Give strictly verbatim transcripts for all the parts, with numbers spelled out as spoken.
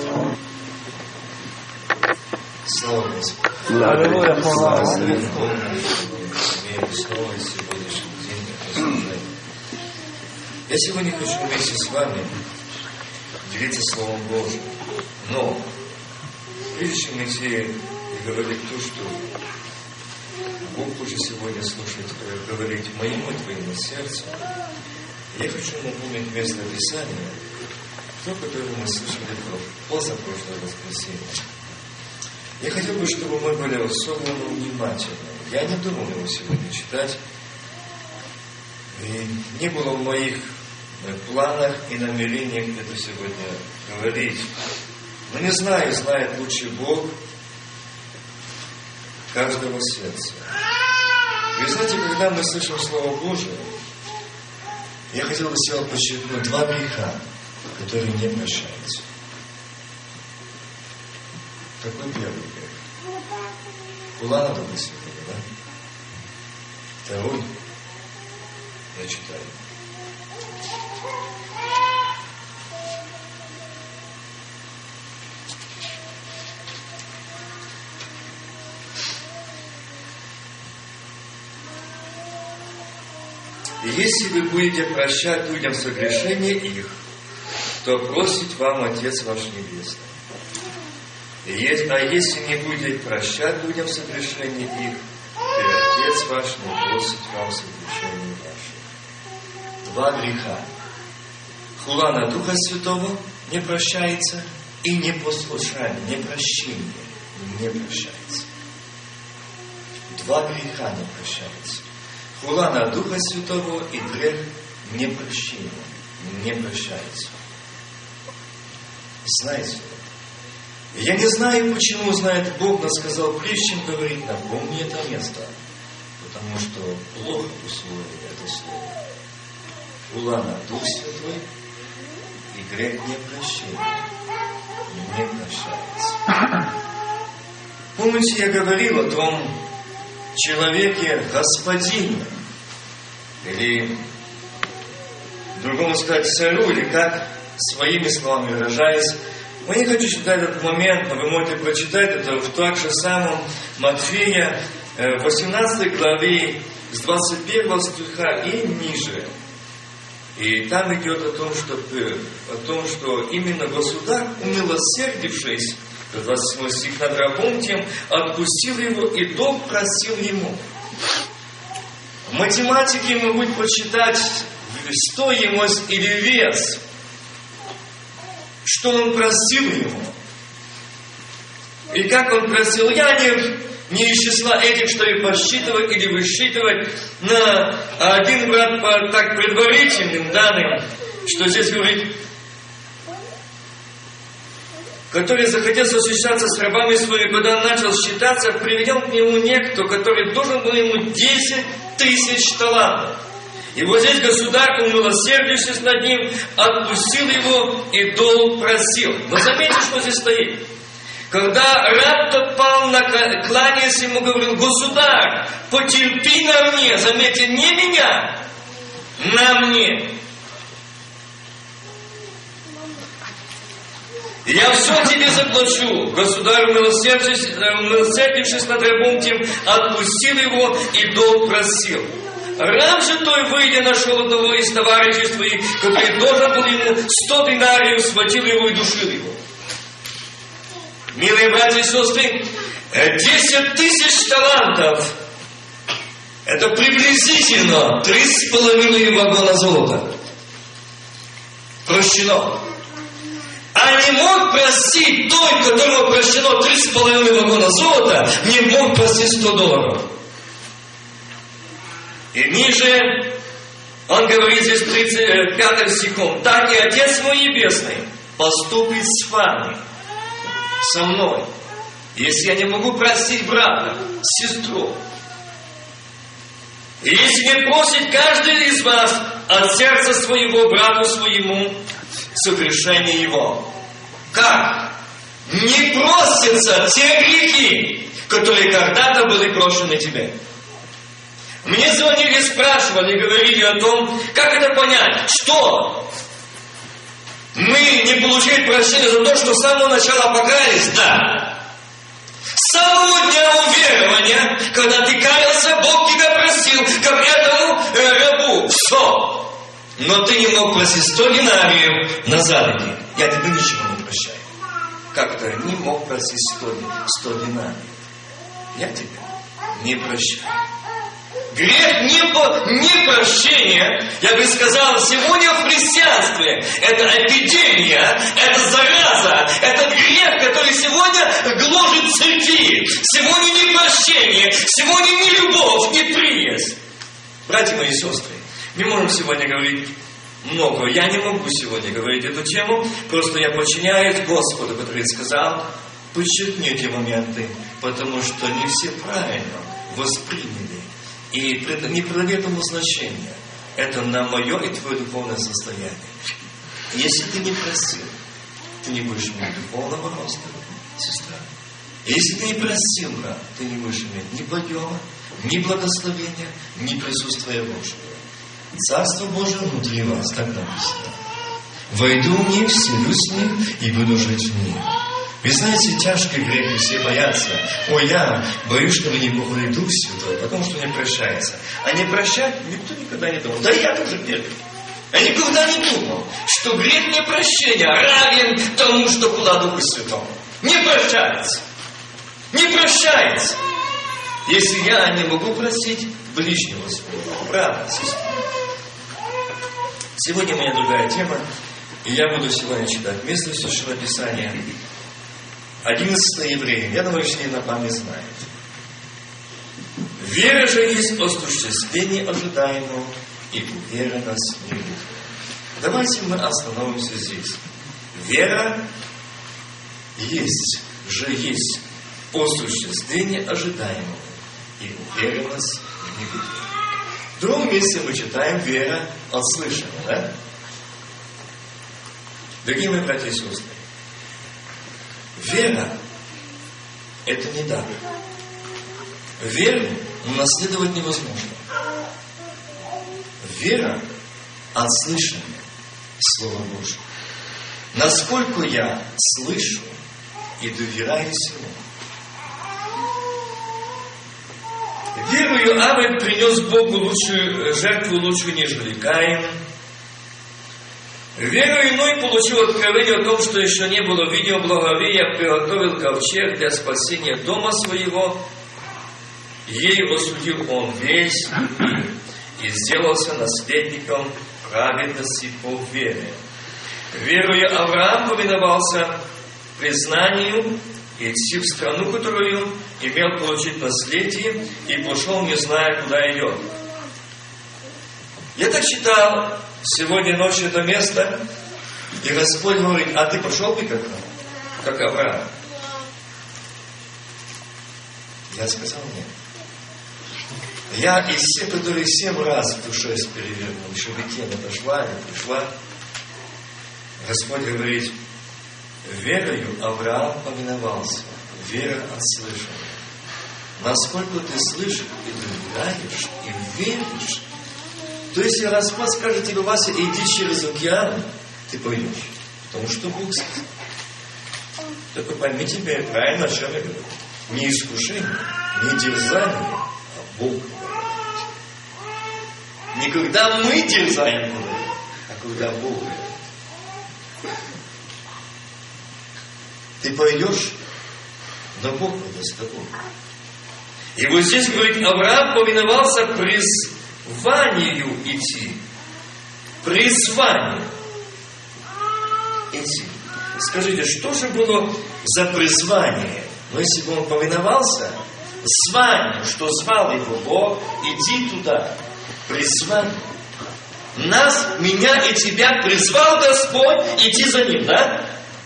Слава Господу. Аллилуйя, слава Богу. Имею снова сегодняшний день послужения. Я сегодня хочу вместе с вами делиться Словом Божьим. Но прежде чем идти и говорить то, что Бог хочет сегодня слушать, говорить моему и твоему сердцу, я хочу напомнить место Писания, то, которое мы слышали позапрошлое воскресенье. Я хотел бы, чтобы мы были особенно внимательны. Я не думал его сегодня читать. И не было в моих планах и намерениях это сегодня говорить. Но не знаю, знает лучше Бог каждого сердца. Вы знаете, когда мы слышим Слово Божие, я хотел бы сегодня подчеркнуть два греха, которые не прощаются. Какой первый грех? Хула на Духа Святого, да? Второй, я читаю. И если вы будете прощать людям согрешения их, то просит вам Отец ваш Небесный. И есть, а если не будете прощать людям согрешения их, то Отец ваш не просит вам согрешения ваших. Два греха. Хула на Духа Святого не прощается, и непослушание, непрощение не прощается. Два греха не прощаются. Хула на Духа Святого и грех непрощения не прощается. Знаете, я не знаю, почему знает Бог, но сказал, прежде чем говорить, напомни это место, потому что плохо усвоили это слово. Хула на Дух Святой и грех непрощения не прощается. Помните, я говорил о том человеке господине, или, другому сказать, царю, или как своими словами выражаясь. Но я не хочу читать этот момент, но вы можете прочитать это в том же самом Матфея, восемнадцатой главе, с двадцать первого стиха и ниже. И там идет о том, что, о том, что именно государь, умилосердившись, двадцать седьмой стих, над рабом тем, отпустил его и долг просил ему. В математике мы будем почитать стоимость или вес, что он просил ему. И как он просил, я не, не из числа этих, что и посчитывать или высчитывать на один брат по так предварительным данным, что здесь говорит, который захотел сосущаться с рабами своими, когда он начал считаться, приведел к нему некто, который должен был ему десять тысяч талантов. И вот здесь государь, умилосердившись над ним, отпустил его и долг просил. Но заметьте, что здесь стоит. Когда раб тот пал, на кланяясь ему, говорил, государь, потерпи на мне, заметьте, не меня, на мне. Я все тебе заплачу. Государь, умилосердившись, умилосердившись над рабом тем, отпустил его и долг просил. Раб же той, выйдя, нашел одного из товарищей своих, который должен был ему сто динариев, схватил его и душил его. Милые братья и сестры, десять тысяч талантов – это приблизительно три с половиной вагона золота. Прощено. А не мог простить той, которому прощено три с половиной вагона золота, не мог простить сто долларов. И ниже он говорит здесь тридцать пятым стихом, так и Отец мой Небесный поступит с вами, со мной, если я не могу простить брата, сестру. И если не просит каждый из вас от сердца своего брату своему согрешение его. Как? Не просятся те грехи, которые когда-то были прощены тебе. Мне звонили, спрашивали, говорили о том, как это понять, что Мы не получили прощения за то, что с самого начала покаялись, да. С самого дня уверования, когда ты каялся, Бог тебя простил, как этому э, рабу. Все. Но ты не мог просить сто динариев на зароки. Я тебе ничего не прощаю. Как-то не мог просить сто, сто динариев. Я тебя не прощаю. Грех непрощения, я бы сказал, сегодня в христианстве это эпидемия, это зараза, это грех, который сегодня гложет церкви. Сегодня непрощение, сегодня не любовь, не приязнь. Братья мои и сестры, мы можем сегодня говорить много. Я не могу сегодня говорить эту тему, просто я подчиняюсь Господу, который сказал, подчеркните моменты, потому что не все правильно восприняли. И не придали этому значения. Это на мое и твое духовное состояние. Если ты не просил, ты не будешь иметь духовного роста, сестра. Если ты не просил, брат, ты не будешь иметь ни подъема, ни благословения, ни присутствия Божьего. Царство Божие внутри вас, так написано. Войду в них, вселюсь в них и буду жить в них. Вы знаете, тяжкий грех, и все боятся. Ой, я боюсь, что мне не походит Дух Святой, потому что не прощается. А не прощать никто никогда не думал. Да и я тоже первый. Я никогда не думал, что грех непрощения равен тому, что куда Духу Святому. Не прощается. Не прощается. Если я не могу просить ближнего своего, брата, сестру. Сегодня у меня другая тема, и я буду сегодня читать место Священного Писания. одиннадцатое Евреям. Я думаю, что на память знает. Вера же есть осуществление ожидаемого, и вера нас не будет. Давайте мы остановимся здесь. Вера есть, же есть осуществление ожидаемого, и вера нас не будет. В другом месте мы читаем вера от слышания, да? Дорогие мои братья и сестры, вера – это не дар. Веру унаследовать невозможно. Вера от слышания Слова Божьего. Насколько я слышу и доверяюсь Ему. Верою Авель принес Богу лучшую жертву, лучшую, нежели Каин. Верою иной получил откровение о том, что еще не было видео благовея, приготовил ковчег для спасения дома своего. Ей осудил он весь мир и сделался наследником праведности по вере. Верою Авраам повиновался признанию идти в страну, которую имел получить наследие, и пошел, не зная, куда идет. Я так читал сегодня ночью это место, и Господь говорит, а ты пошел бы как, как Авраам? Я сказал нет. Я из всех, которые семь раз в душе перевернул, чтобы тема дошла и пришла, Господь говорит, верою Авраам повиновался, вера от слышания. Насколько ты слышишь и доверяешь, и веришь, то если Господь скажет тебе, Вася, иди через океан, ты пойдешь. Потому что Бог сказал. Только пойми тебя правильно, о чем я говорю. Не искушение, не дерзание, а Бог говорит. Не когда мы дерзаем говорить, а когда Бог говорит. Ты пойдешь, но Бог будет с тобой. И вот здесь говорит, Авраам повиновался призванию идти. Призванию идти. Скажите, что же было за призвание? Но если бы он повиновался званию, что звал его Бог, иди туда. Призвание. Нас, меня и тебя призвал Господь идти за ним, да?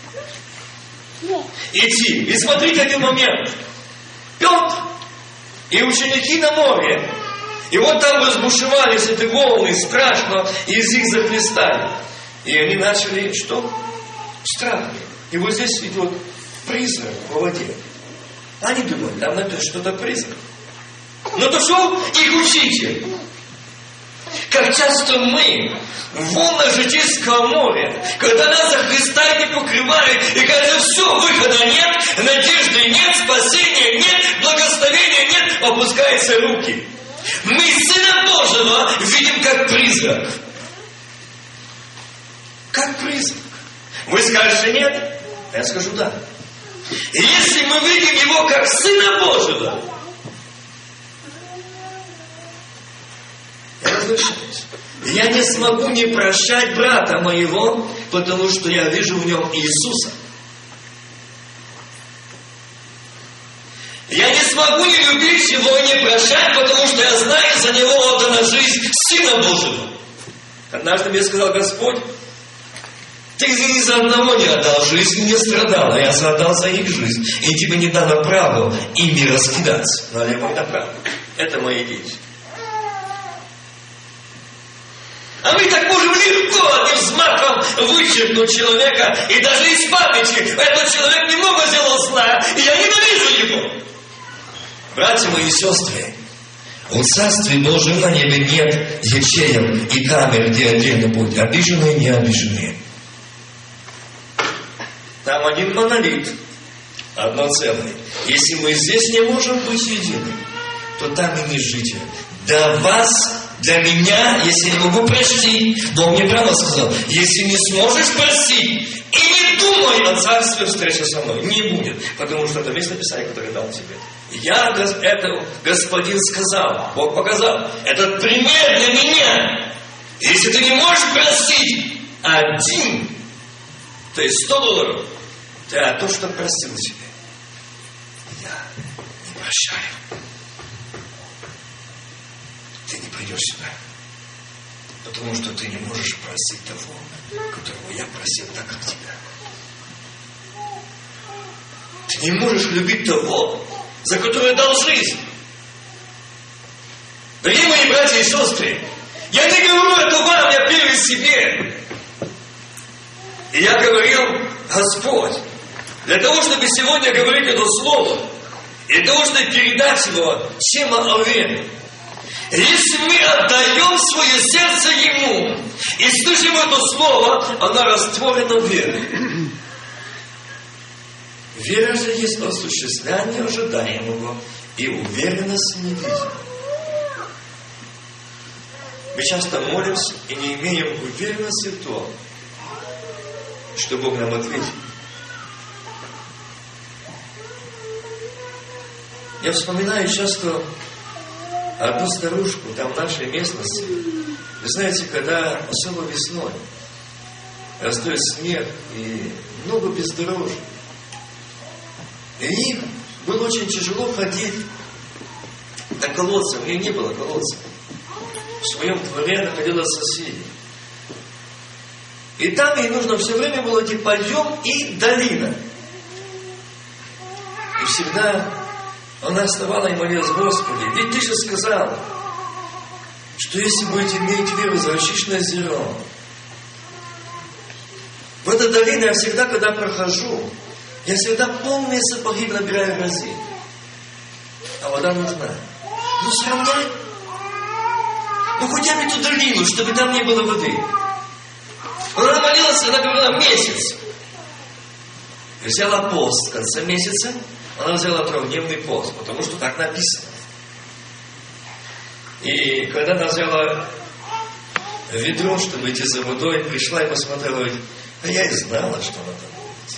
Идти. И смотрите один момент. Петр и ученики на море. И вот там разбушевались эти волны, страшно, и из них захлестали. И они начали, что? Страх. И вот здесь идет призрак в воде. Они думают, там написано что-то призрак. Но дошел их учитель. Как часто мы в волнах житейского моря, когда нас за Христа не покрывает, и кажется, все, выхода нет, надежды нет, спасения нет, благословения нет, опускаются руки. Мы Сына Божьего видим как призрак. Как призрак. Вы скажете нет? Я скажу да. И если мы видим Его как Сына Божьего, я разрешаюсь. Я не смогу не прощать брата моего, потому что я вижу в нем Иисуса. Я не смогу не любить его и не прощать, потому что я знаю, за него отдана жизнь Сына Божьего. Однажды мне сказал Господь: ты ни за одного не отдал жизнь, не страдал, а я отдал за их жизнь. И тебе не дано право ими раскидаться. Но я мой направо. Это мои дети. А мы так можем легко одним взмахом вычеркнуть человека, и даже из памяти этот человек немного сделал зла, и я ненавижу его. Братья мои и сестры, в Царстве Божьем на небе нет ячеек и камер, где отдельно будут обиженные и не обиженные. Там один монолит, одно целое. Если мы здесь не можем быть едины, то там и не жите. Для вас, для меня, если не могу простить, Бог мне прямо сказал: если не сможешь простить, и не думай о царстве встречи со мной, не будет. Потому что это место Писания, которое дал тебе. Я это Господин сказал, Бог показал. Этот пример для меня. Если ты не можешь простить один, то есть сто долларов, ты а то, что простил себе, я не прощаю. Ты не придешь сюда, потому что ты не можешь просить того, которого я просил так, как тебя. Ты не можешь любить того, за которое дал жизнь. Дорогие мои братья и сестры, я не говорю это вам, я первый себе. И я говорил: Господь, для того, чтобы сегодня говорить это слово, и для того, чтобы передать его тема о вере, если мы отдаем свое сердце Ему и слышим это слово, оно растворено в вере. Вера же есть осуществление ожидаемого и уверенность невидимого. Мы часто молимся и не имеем уверенности в том, что Бог нам ответит. Я вспоминаю часто одну старушку там в нашей местности. Вы знаете, когда особо весной растет снег и много бездорожья, и им было очень тяжело ходить до колодца. У нее не было колодца. В своем дворе находилась соседи. И там ей нужно все время было идти подъем и долина. И всегда она вставала и молилась: Господи, ведь Ты же сказал, что если будете иметь веру, заощишь на зерно. В этой долине я всегда, когда прохожу, я всегда полные сапоги набираю грязи. А вода нужна. Ну, сравняй. Ну, хотя бы эту долину, чтобы там не было воды. Она молилась, она говорила, месяц. Взяла пост в конце месяца, она взяла трехдневный пост, потому что так написано. И когда она взяла ведро, чтобы идти за водой, пришла и посмотрела, говорит: а я и знала, что она там будет.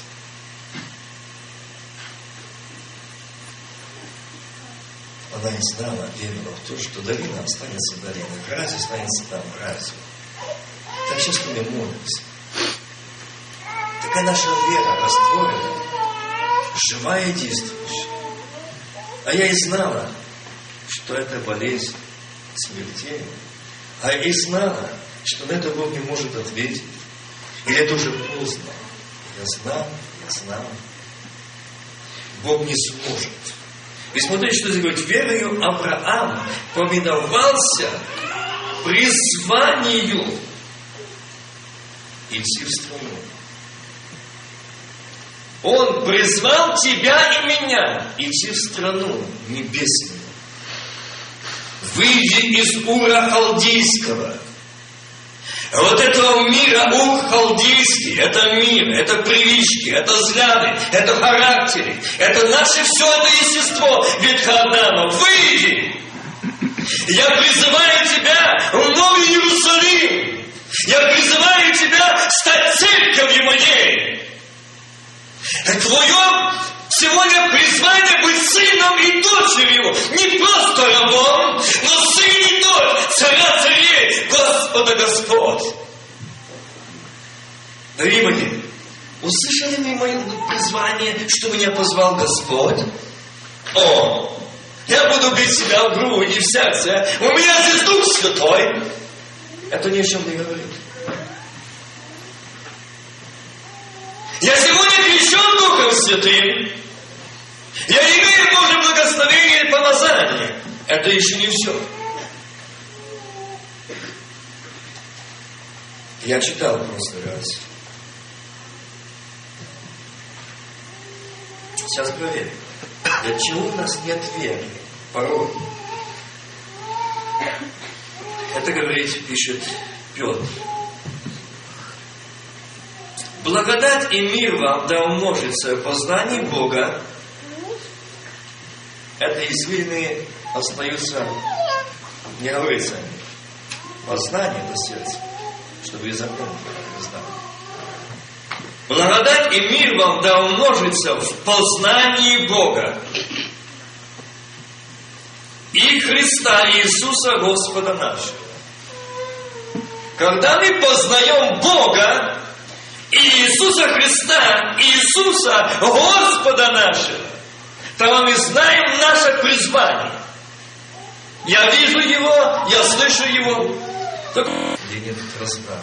Она и знала, верила в то, что долина останется долиной, грязь останется там грязью. Так сейчас мы молимся. Такая наша вера растворена, живая и действующая. А я и знала, что это болезнь смертельная. А я и знала, что на это Бог не может ответить. Или это уже поздно. Я знал, я знал. Бог не сможет. И смотрите, что здесь говорит: верою Авраам повиновался призванию идти в страну. Он призвал тебя и меня идти в страну небесную. Выйди из Ура Халдейского, Вот этого мира ух халдейский, это мир, это привычки, это взгляды, это характеры, это наше все это естество ветхоадама. Выйди! Я призываю тебя в Новый Иерусалим! Я призываю тебя стать церковью моей! Твое сегодня призвание быть сыном и дочерью, не просто рабом, но сын и дочь царя царей, Господа Господь. Римляне, услышали ли мое призвание, что меня позвал Господь? О, я буду бить себя в грудь и в сердце, у меня здесь Дух Святой. Это ни о чем не говорит. Я сегодня крещен Духом Святым. Я имею Божье благословение и помазание. Это еще не все. Я читал в прошлый раз. Сейчас проверим. Для чего у нас нет веры? Порой. Это говорит, пишет Петр. Благодать и мир вам да умножится в познании Бога. Это извилины остаются, не говорится, познание до сердца, чтобы и запомнили, не знали. Благодать и мир вам да умножится в познании Бога и Христа Иисуса Господа нашего. Когда мы познаем Бога и Иисуса Христа, Иисуса Господа нашего, то мы знаем наше призвание. Я вижу Его, я слышу Его. Где нет разгара.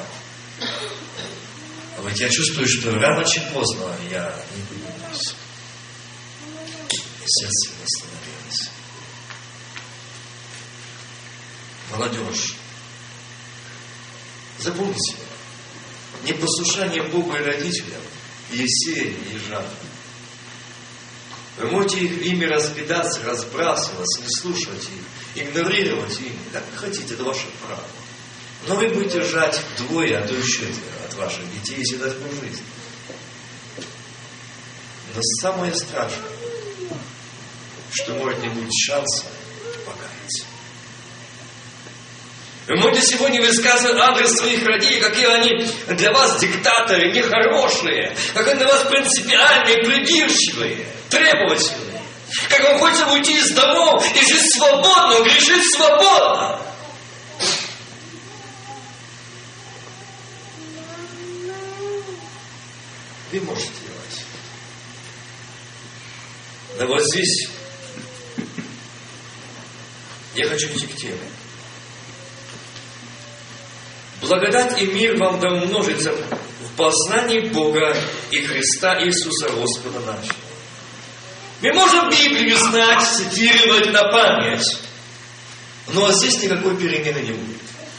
Вот я чувствую, что рано чи поздно я не поднимусь. И сердце восстановилось. Молодежь, запомните, непослушание Богу и родителям, и сеяние, и жатва. Вы можете их ими распидаться, разбрасываться, не слушать их, игнорировать их, как хотите, это ваше право. Но вы будете жать вдвое, а то еще от ваших детей, если дать Бог жизнь. Но самое страшное, что может не быть шанса покаяться. Вы можете сегодня высказывать адрес своих родителей, какие они для вас диктаторы, нехорошие, как они для вас принципиальные, придирчивые, требовательные. Как вам хочется уйти из домов и жить свободно, грешить свободно. Вы можете делать. Но вот здесь я хочу идти к теме. Благодать и мир вам да умножится в познании Бога и Христа Иисуса Господа нашего. Мы можем Библию знать, цитировать на память, но здесь никакой перемены не будет.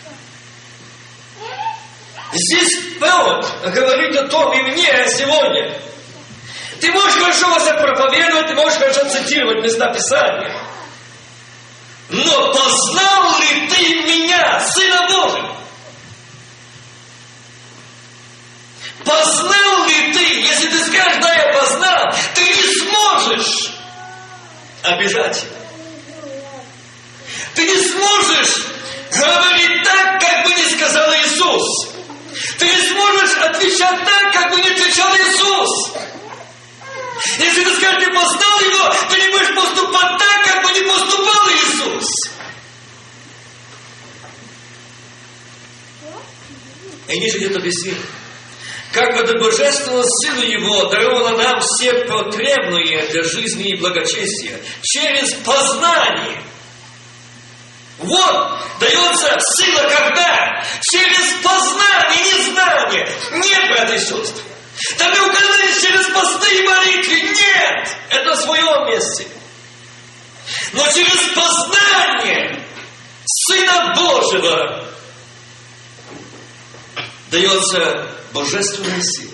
Здесь Павел говорит о том и мне сегодня. Ты можешь хорошо вас проповедовать, ты можешь хорошо цитировать места Писания. Но познал ли ты меня, Сына Божьего? Познал ли ты? Если ты скажешь, да, я познал, ты не сможешь обижать его. Ты не сможешь говорить так, как бы не сказал Иисус. Ты не сможешь отвечать так, как бы не отвечал Иисус. Если ты скажешь, ты познал его, ты не будешь поступать так, как бы не поступал Иисус. И ниже где-то объяснил. Как бы до Божественного Сына Его даровано нам все потребные для жизни и благочестия через познание. Вот дается сила когда? Через познание, не знание. Нет, братья и сестры. Там не указали через посты и молитвы. Нет, это в своем месте. Но через познание Сына Божьего дается божественная сила.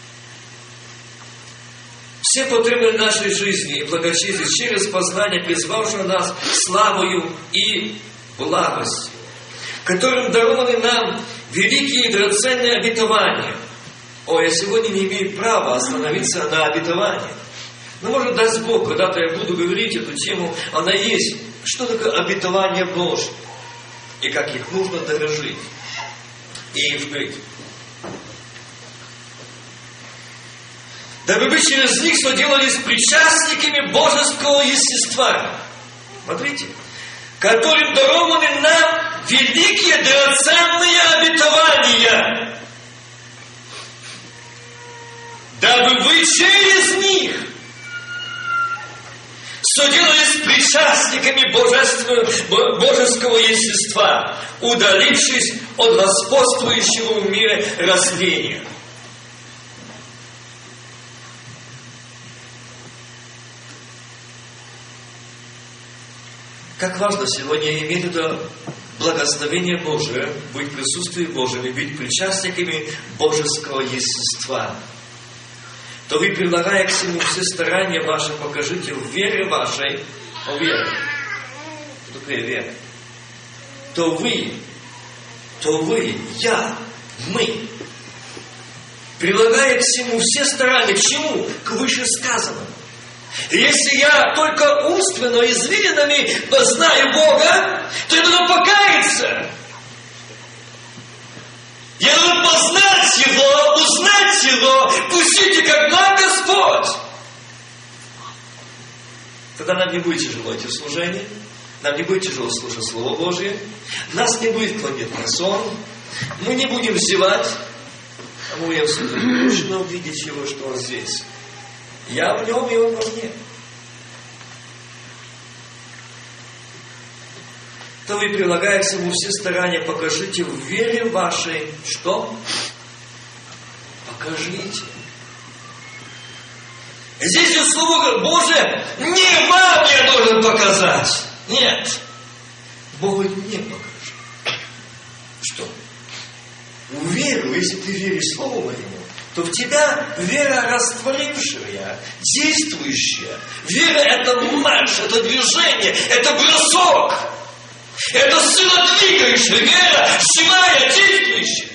Все потребные нашей жизни и благочестия через познание, призвавшего нас славою и благостью, которым дарованы нам великие и драгоценные обетования. О, я сегодня не имею права остановиться на обетовании. Но, может, даст Бог, когда-то я буду говорить эту тему, она есть. Что такое обетование Божье? И как их нужно дорожить и впредь. Дабы вы через них соделались причастниками божеского естества. Смотрите. Которым дарованы нам великие драгоценные обетования. Дабы вы через них соделались причастниками божественного, божеского естества, удалившись от господствующего в мире растения. Как важно сегодня иметь это благословение Божие, быть в присутствии Божьем и быть причастниками божеского естества. То вы, прилагая к всему все старания ваши, покажите в вере вашей, о вере, что такое вера, то вы, то вы, я, мы, прилагая к всему все старания, к чему? К вышесказанному. И если я только умственно, извилинами познаю Бога, то я должен покаяться. Я должен познать Его, узнать Его, пустите, как нам Господь. Тогда нам не будет тяжело идти в служение, нам не будет тяжело слушать Слово Божие, нас не будет клонить на сон, мы не будем зевать, а мы будем точно увидеть Его, что Он здесь. Я в Нем, и Он во мне. То вы, прилагая к всему все старания, покажите в вере вашей, что? Покажите. Здесь же Слово Божие не вам я должен показать. Нет. Бог мне покажет. Что? Веру, если ты веришь Слову Моему, то в тебя вера растворившая, действующая. Вера – это марш, это движение, это бросок. Это сила двигающая, вера живая, действующая.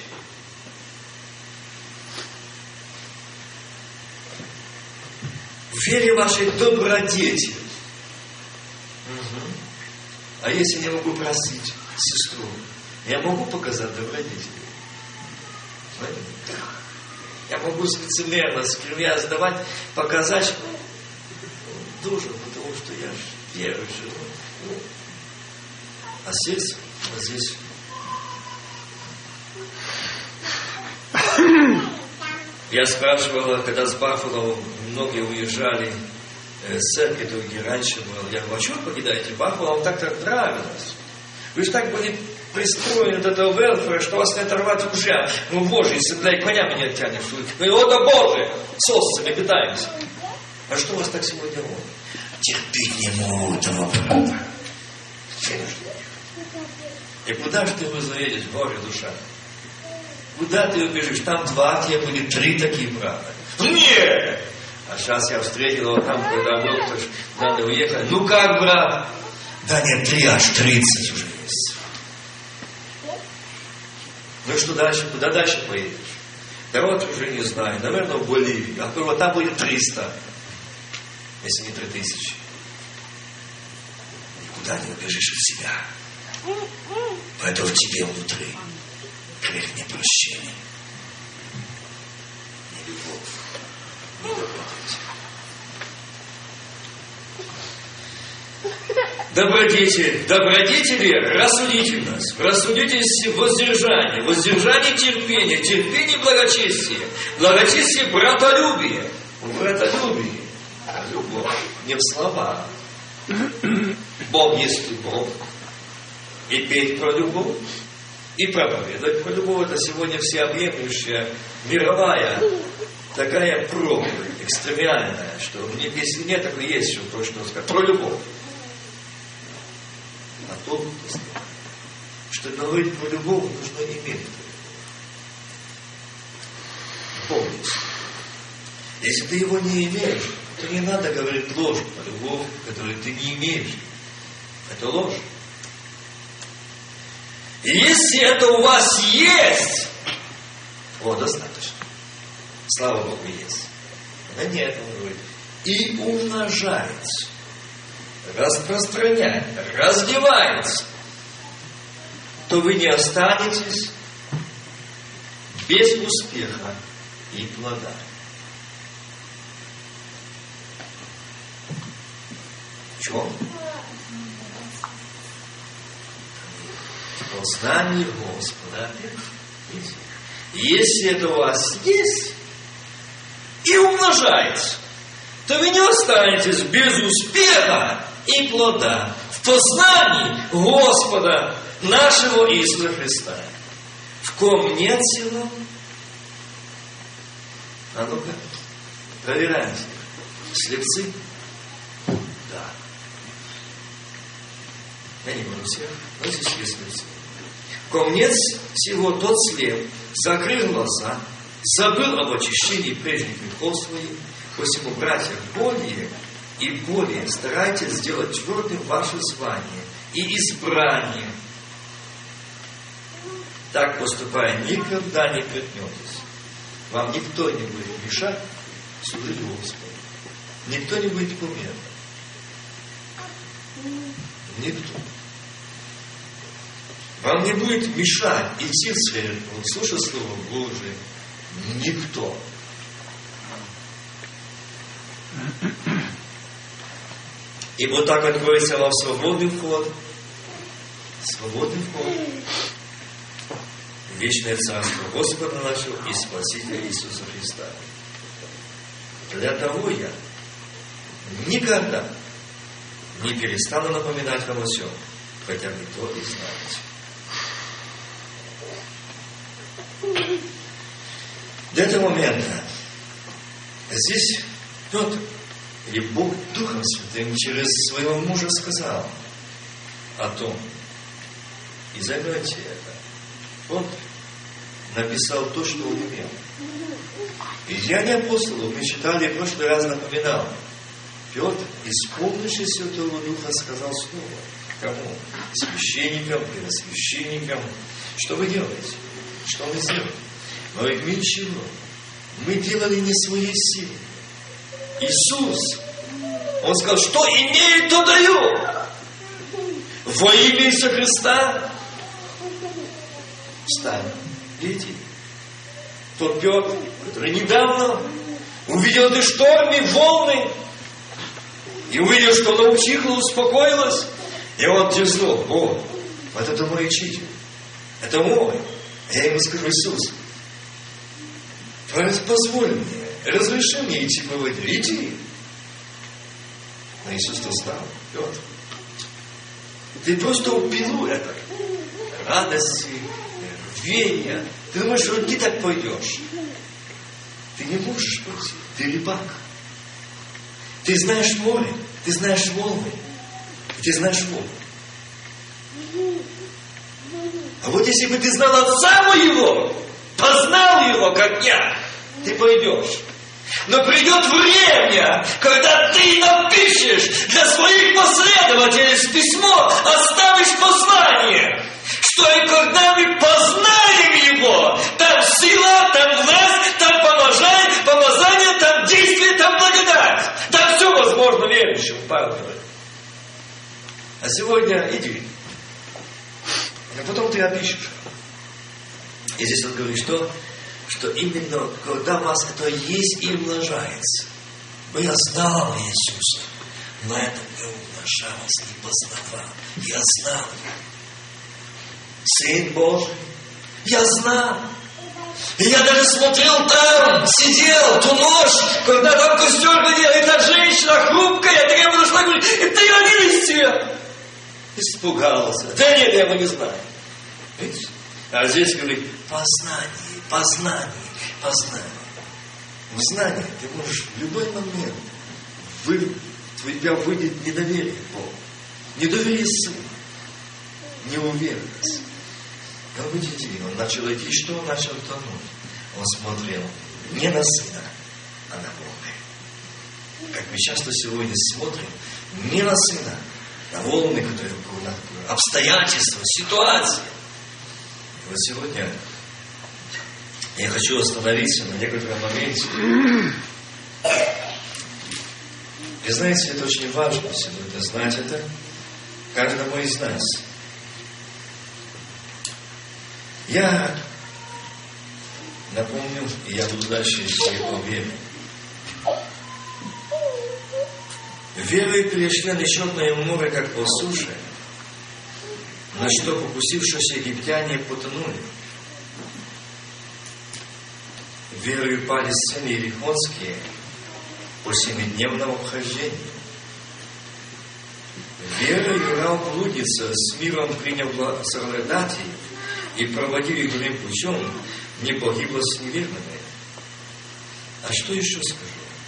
В вере вашей добродетель. Угу. А если я могу просить сестру, я могу показать добродетель? Я могу лицемерно, скривя, сдавать, показать, ну, должен, потому что я же верующий. Ну, а здесь, а здесь. Я спрашивал, когда с Баффало многие уезжали с церкви, другие раньше было. Я говорю, а что вы покидаете Баффало? Вам так-то нравилось. Вы же так были пристроены до этого велфера, что вас не оторвать уже. Ну, Боже, если для коня меня тянешь. Ну, вот, о Боже, с овцами питаемся. А что у вас так сегодня вот? Терпеть не могу этого брата. И куда же ты его заедешь, Боже, душа? Куда ты убежишь? Там два, тебе будет три таких брата. Нет! А сейчас я встретил его там, когда был, то ж надо уехать. Ну как, брат? Да нет, три, аж тридцать уже есть. Ну что дальше? Куда дальше поедешь? Да вот уже не знаю. Наверное, в Боливию. А вот там будет триста. Если не три тысячи. Никуда не убежишь от себя. Поэтому в тебе внутри грех непрощения. Не любовь. Не добродетель. Добродетель. Добродетели рассудительность. Рассудительность воздержание. Воздержание терпение. Терпение благочестие. Благочестие братолюбие. Братолюбие. Любовь. Не в словах. Бог есть любовь. И петь про любовь. И проповедовать про любовь. Это сегодня всеобъемлющая, мировая такая проповедь, экстремальная, что мне песни нет, так и есть, что точно сказать. Про любовь. А то, чтобы говорить про любовь, нужно иметь. Помнить. Если ты его не имеешь, то не надо говорить ложь про любовь, которую ты не имеешь. Это ложь. Если это у вас есть, о, достаточно. Слава Богу, есть. Да нет, он говорит, и умножается, распространяется, раздевается, то вы не останетесь без успеха и плода. В чем? В познании Господа. Если это у вас есть и умножается, то вы не останетесь без успеха и плода в познании Господа нашего Иисуса Христа. В ком нет сила? А ну-ка, проверяем. Слепцы? Да. Я не буду всех, но здесь есть слепцы. В ком нет всего, тот слеп, закрыл глаза, забыл об очищении прежних грехов своих. Посему, братья, более и более старайтесь сделать твердым ваше звание и избрание. Так поступая, никогда не притнетесь. Вам никто не будет мешать служить Господу. Никто не будет помех. Никто. Вам не будет мешать идти в церковь, слушать Слово Божие. Никто. Ибо так откроется вам свободный вход. Свободный вход. Вечное Царство Господа нашего и Спасителя Иисуса Христа. Для того я никогда не перестану напоминать вам о всем, хотя бы то и знаете. До этого момента здесь Петр, или Бог Духом Святым через своего мужа сказал о том, и займете это. Он написал то, что он имел. И я не апостолов, мы читали, в прошлый раз напоминал. Петр, исполнившись Святого Духа, сказал слово. Кому? Священникам, первосвященникам. Что вы делаете? Что мы сделали? Но ведь мы ничего. Мы делали не своей силой. Иисус, Он сказал, что имею, то даю. Во имя Иисуса Христа встань и иди. Тот Петр, который недавно увидел эти штормы, волны, и увидел, что она утихла, успокоилась, и он дерзнул: о, вот это мой учитель, это мой. Я ему скажу: Иисус, позволь мне, разреши мне идти по воде, иди. Но Иисус встал: Петр, ты просто упилу это радости, рвения. Ты думаешь, что ты так пойдешь? Ты не можешь пойти. Ты рыбак. Ты знаешь море, ты знаешь волны, ты знаешь воду. А вот если бы ты знал Отца Моего, познал Его, как я, ты пойдешь. Но придет время, когда ты напишешь для своих последователей в письмо, оставишь послание, что и когда мы познаем Его, там сила, там власть, там помазание, помазание, там действие, там благодать. Там все возможно верующим, Павел говорит. А сегодня иди. А потом ты опишешь. И здесь он говорит, что, что именно когда у вас это есть и умножается. Но я знал Иисуса, но это не умножалось, не познавал. Я знал. Сын Божий. Я знал. И я даже смотрел там, сидел ту ночь, когда там костер горел, и та женщина хрупкая, такая подошла, говорит: это я не тебя. Испугался. Да нет, я его не знаю. Видите? А здесь говорит: познание, познание, познание. В знании ты можешь в любой момент, вы, у тебя выйдет недоверие к Богу, недоверие Сына, неуверенность. Но видите, он начал идти, что он начал тонуть? Он смотрел не на Сына, а на Бога. Как мы часто сегодня смотрим не на Сына, на волны, которые вокруг нас, обстоятельства, ситуации. Вот сегодня я хочу остановиться на некотором моменте. И знаете, это очень важно сегодня знать это каждому из нас. Я напомню, и я буду дальше идти о вере. Верой перешли они Черное море, как по суше, на что покусившись египтяне потонули. Верою пали сцены иерихонские по семидневному обхождению. Верою Рав блудница с миром приняв соглядатей и проводив их другим путем, не погибла с неверными. А что еще скажу?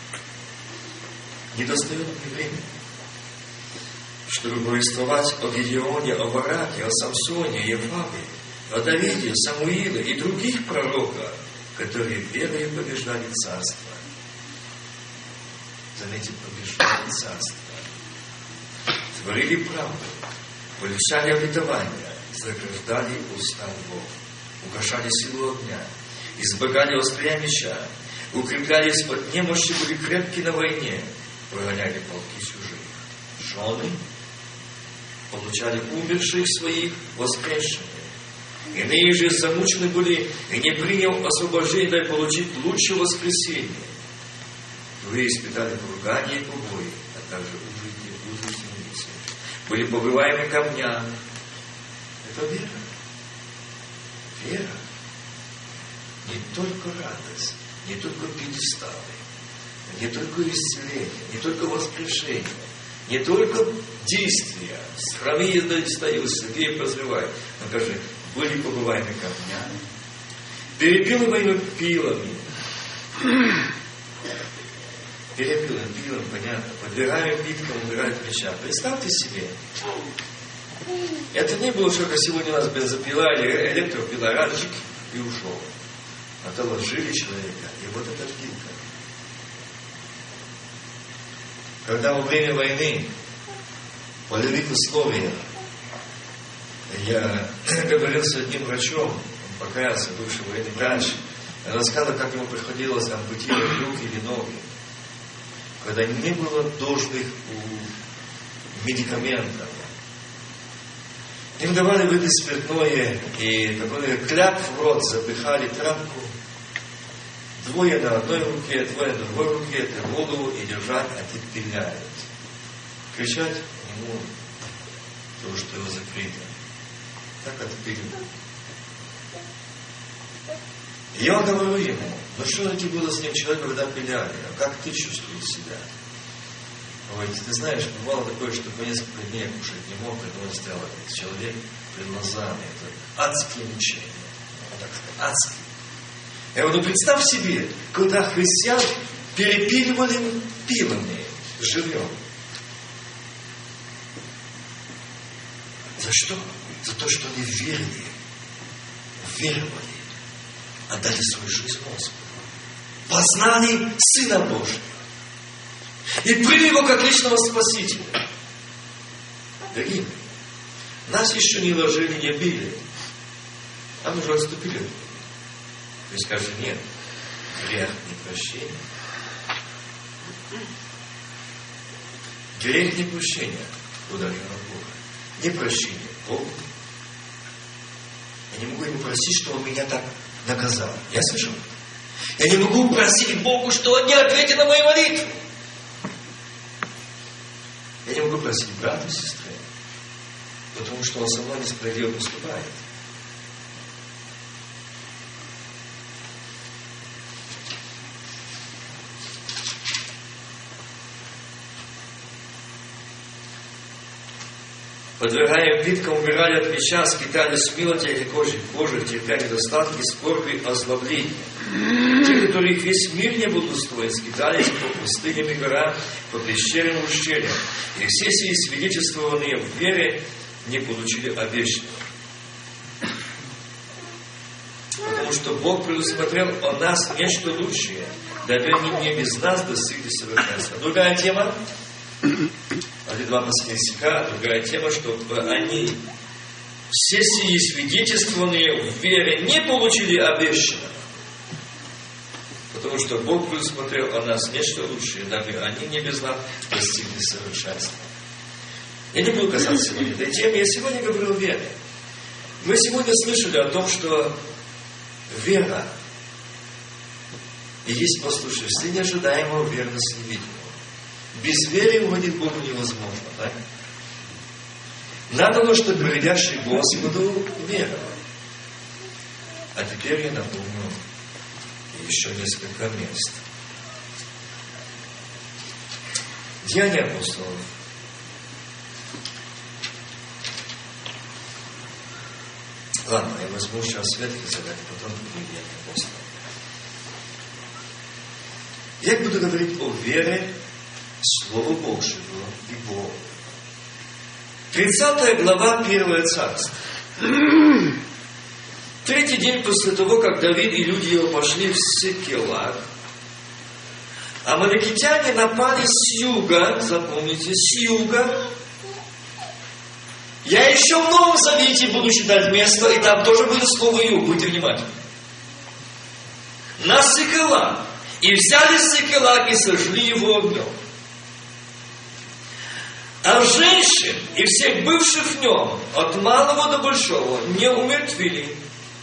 Не достает мне времени, чтобы повествовать о Гедеоне, о Вараке, о Самсоне, Ефаве, о Давиде, Самуиле и других пророках, которые верой побеждали царство. Заметьте, побеждали царство. Творили правду, полишали обетования, заграждали уста Бога, угошали силу огня, избегали острия меча, укреплялись под немощи, были крепки на войне, прогоняли полки чужих. Жены получали умерших своих воскресшими. Иные же замучены были, и не приняв освобождение, дай получить лучшее воскресенье. Другие испытали поругание и побои, а также ужасы и узы темницы. Были побиваемы камнями. Это вера. Вера. Не только радость, не только пьедесталы, не только исцеление, не только воскрешение, не только действия. С храми достают, Сергей прозревает. Но скажи, были побываемы камнями, перепилываемы пилами. Перепилом, пилом, понятно. Подбираем битком, убираем меча. Представьте себе. Это не было, что как сегодня у нас бензопила или электропила, ранчик и ушел. Это ложили человека, и вот эта пилка. Когда во время войны полевых условиях я говорил с одним врачом, он покаялся, бывший военный врач, рассказывал, как ему приходилось ампутировать руки или ноги, когда не было должных медикаментов. Им давали выпить спиртное, и такой кляп в рот, запихали тряпку, двое на одной руке, двое на другой руке, это голову и держать, а ты пиляют. Кричать не могут, потому что его закрыто. Так отпиливают. И я говорю ему, ну что таки было с ним человеком, когда пиляли, а как ты чувствуешь себя? Говорит, ты знаешь, бывало такое, что по несколько дней кушать не мог, и он стоял этот человек перед глазами. Это адские мучения. Так сказать, адские. Я говорю, ну представь себе, когда христиан перепиливали пилами живем. За что? За то, что они верили, веровали, отдали свою жизнь Господу, познали Сына Божьего и приняли Его как личного Спасителя. Дорогие, нас еще не ложили, не били, а мы уже отступили. Ты скажи, нет, грех не прощение. Грех не прощение, ударил на Бога. Не прощение Богу. Я не могу ему просить, что он меня так наказал. Я слышал? Я не могу просить Богу, что он не ответит на мою молитву. Я не могу просить брата и сестры, потому что он со мной несправедливо поступает. Подвергая пыткам, умирали от меча, скитали с милотях и кожи в кожах, терпя недостатки, скорби, озлобления. Те, которых весь мир не был достоин, скитались по пустыням и горам, по пещерам и ущельям. И все сии свидетельствованные в вере не получили обещанного. Потому что Бог предусмотрел о нас нечто лучшее, дабы они не без нас достигли совершенства. Другая тема. Один-два последних стиха, другая тема, чтобы они все сии свидетельствованные в вере не получили обещанного, потому что Бог предусмотрел о нас нечто лучшее, дабы они не без нас достигли совершенства. Я не буду касаться сегодня этой темы, я сегодня говорю о вере. Мы сегодня слышали о том, что вера и есть послушность неожидаемого, верность невидимого. Без веры угодить Богу невозможно, так? Надо было, чтобы придящий Господу веровал. А теперь я напомню еще несколько мест. Деяния апостолов. Ладно, я возьму сейчас Ветхий Завет, потом Деяния апостолов. Я буду говорить о вере, Слову Божьему и Богу. тридцатая глава, первое царство. Третий день после того, как Давид и люди его пошли в Сикелаг, амаликитяне напали с юга, запомните, с юга. Я еще в Новом Завете буду читать место, и там тоже будет слово юг, будьте внимательны. На Сикелаг. И взяли Сикелаг и сожгли его огнем. А женщин и всех бывших в нем, от малого до большого, не умертвили.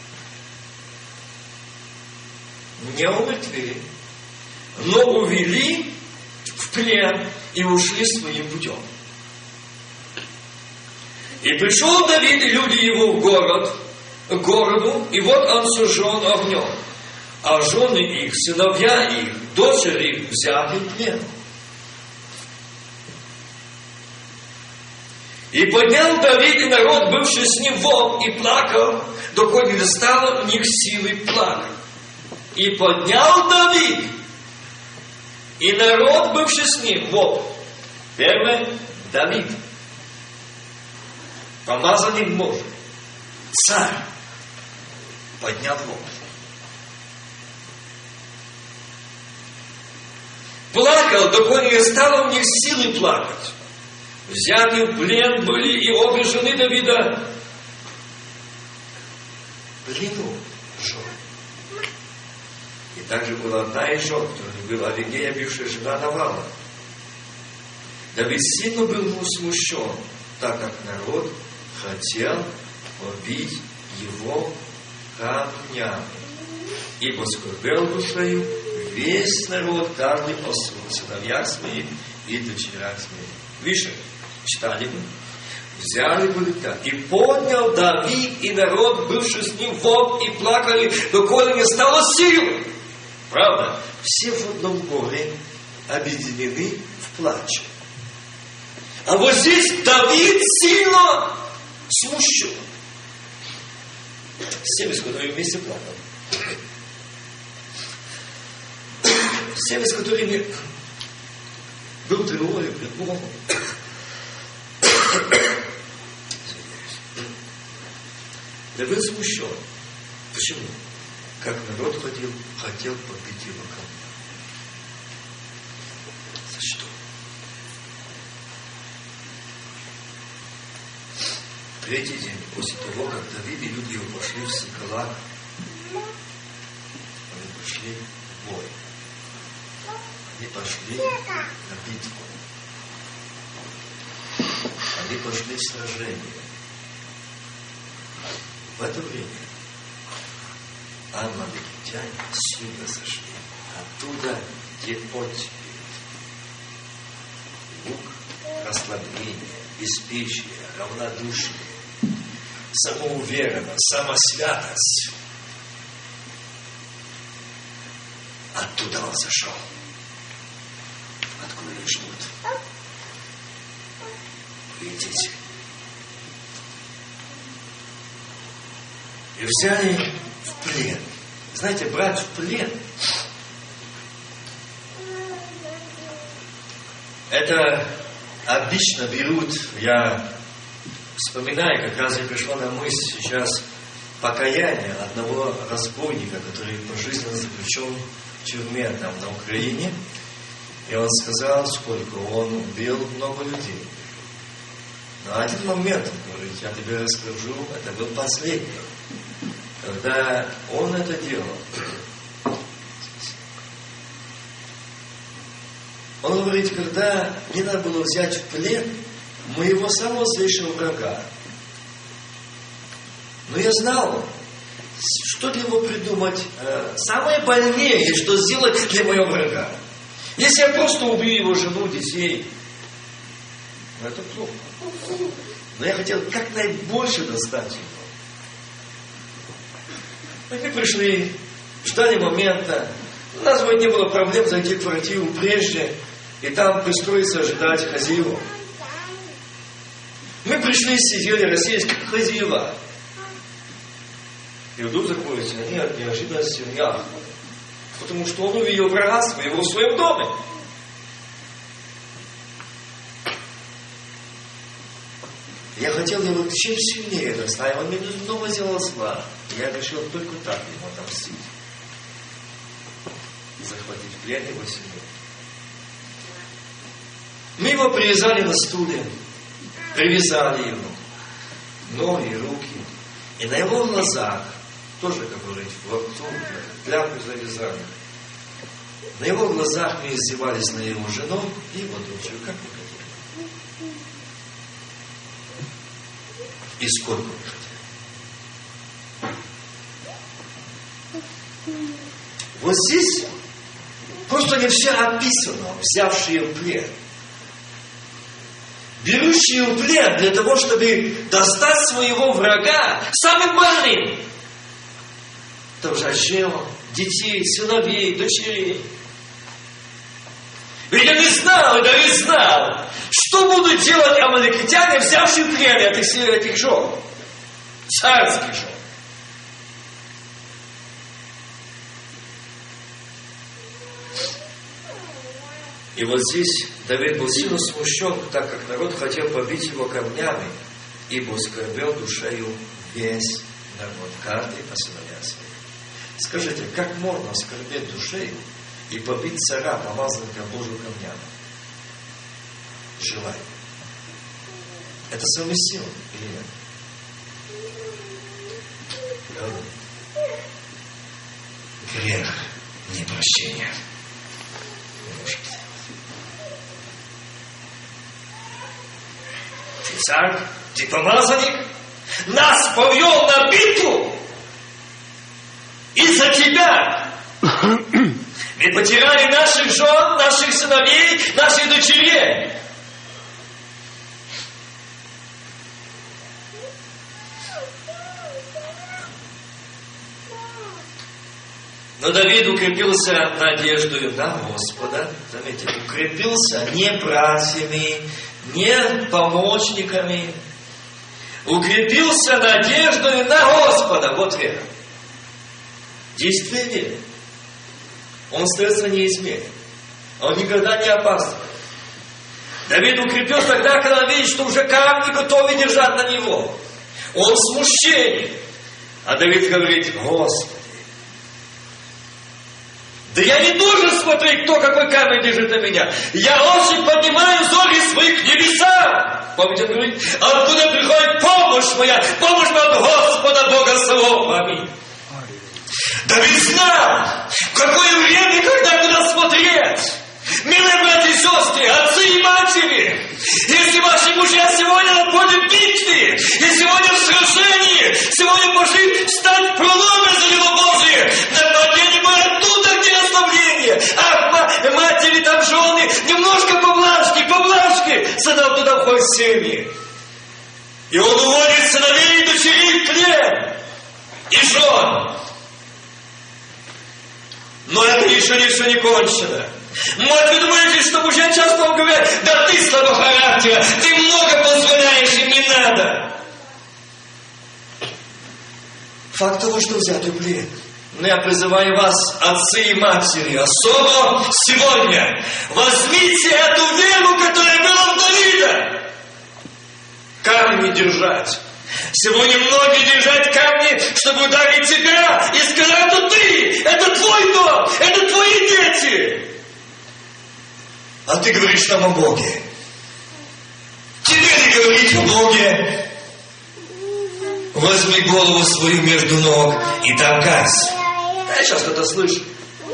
Не умертвили. Но увели в плен и ушли своим путем. И пришел Давид и люди его в город, к городу, и вот он сожжен огнем. А жены их, сыновья их, дочери их взяты в плен. И поднял Давид и народ, бывший с ним, вопль, и плакал, доколе не стало у них силы плакать. И поднял Давид и народ, бывший с ним, вопль. Первое, Давид. Помазанник Божий. Царь. Поднял вопль. Плакал, доколе не стало у них силы плакать. Взяты в плен были и обе жены Давида. В плену жены. И также была одна из жен, которая была Авигея, бывшая жена Навала. Давид сильно был смущен, так как народ хотел побить его камнями. И поскорбел душою весь народ, каждый о сыновьях своих и дочерях своих. Выше читали мы. Взяли были так. И поднял Давид и народ, бывший с ним, вопль, и плакали, доколе не стало сил. Правда? Все в одном горе объединены в плаче. А вот здесь Давид сильно смущен. С теми, с которыми вместе плакал. С теми, с которыми был тревожный пред Богом. Давид смущен. Почему? Как народ хотел, хотел побить его камнем. За что? Третий день после того, как Давид и люди его пошли в Сикелаг, они пошли в бой. Они пошли на битву. Они пошли в сражение. В это время амаликитяне с юга сошли. Оттуда, где оттепель. Лук, расслабление, беспечие, равнодушие, самоуверенность, самосвятость. Оттуда он зашел. Откуда они ждут? Идите. И взяли в плен. Знаете, брать в плен это обычно берут, я вспоминаю, как раз я пришла на мысль сейчас покаяние одного разбойника, который пожизненно заключен в тюрьме там на Украине. И он сказал, сколько он убил много людей. Но один момент, он говорит, я тебе расскажу, это был последний. Когда он это делал, он говорит, когда мне надо было взять в плен моего самого злейшего врага. Но я знал, что для него придумать э, самое больнее, что сделать для моего врага. Если я просто убью его жену, детей, ну это плохо. Но я хотел как наибольше достать его. И мы пришли, ждали момента. У нас ведь не было проблем зайти в квартиру прежде и там пристроиться, ожидать хозяева. Мы пришли, сидели, расселись, как хозяева. И вдруг заходите, они от неожиданности не ахнули. Потому что он увидел врага своего в своем доме. Я хотел его чем сильнее достать. Он мне снова сделал зла. Я решил только так ему отомстить. Захватить в плен его семью. Мы его привязали на стуле. Привязали его. Ноги, руки. И на его глазах, тоже, как говорить, во рту, пляпку завязали. На его глазах мы издевались над его женой и его дочерью, как мы хотели. И сколько мы хотели. Вот здесь просто не все описано, взявшие в плен. Берущие в плен для того, чтобы достать своего врага самым больным. Там же жену, детей, сыновей, дочерей. Ведь я не знал, и Давид знал, что будут делать амаликитяне, взявшие в плен этих, этих жен, царских жен. И вот здесь Давид был сильно смущен, так как народ хотел побить его камнями, ибо скорбел душею весь народ, каждый по сыновьям своим. Скажите, как можно скорбеть душею и побить царя, помазанника Божию камнями? Желай. Это совместимо или нет? Грех, не прощение. Не может. Ты царь, ты помазанник, нас повел на битву из-за тебя. Мы потеряли наших жен, наших сыновей, наших дочерей. Но Давид укрепился надеждою на Господа. Заметьте, укрепился не братьями, не помощниками. Укрепился надеждою на Господа. Вот вера. Действие веры. Он остается неизменен. Он никогда не опаздывает. Давид укрепился тогда, когда видит, что уже камни готовы держать на него. Он в смущении. А Давид говорит: Господи, да я не должен смотреть, кто какой камень держит на меня. Я очень поднимаю зори своих к небесам. Помните, он говорит: откуда приходит помощь моя? Помощь моя от Господа Бога своего. Аминь. Давид знал, в какое время, когда куда смотреть. Милые братья и сестры, отцы и матери, если ваши мужья сегодня на поле битвы, и сегодня в сражении, сегодня пошли встать в проломе за дело Божие, нападение будет оттуда, где наставление, а матери там жены, немножко поблажки, поблажки, сынов туда входят в семьи. И он уводит сыновей и дочерей в плен, и жен. Но это еще не все не кончено. Может, вы думаете, что мужья часто вам говорят: да ты слабохарактера, ты много позволяешь, им не надо. Факт того, что взят в плен. Но я призываю вас, отцы и матери, особо сегодня, возьмите эту веру, которая была в Давида. Камни держать. Сегодня многие держат камни, чтобы ударить тебя и сказать: это ты, это твой дом, это твои дети. А ты говоришь нам о Боге. Тебе не говорить говорит в Боге: возьми голову свою между ног и там кайся. Я сейчас это слышу.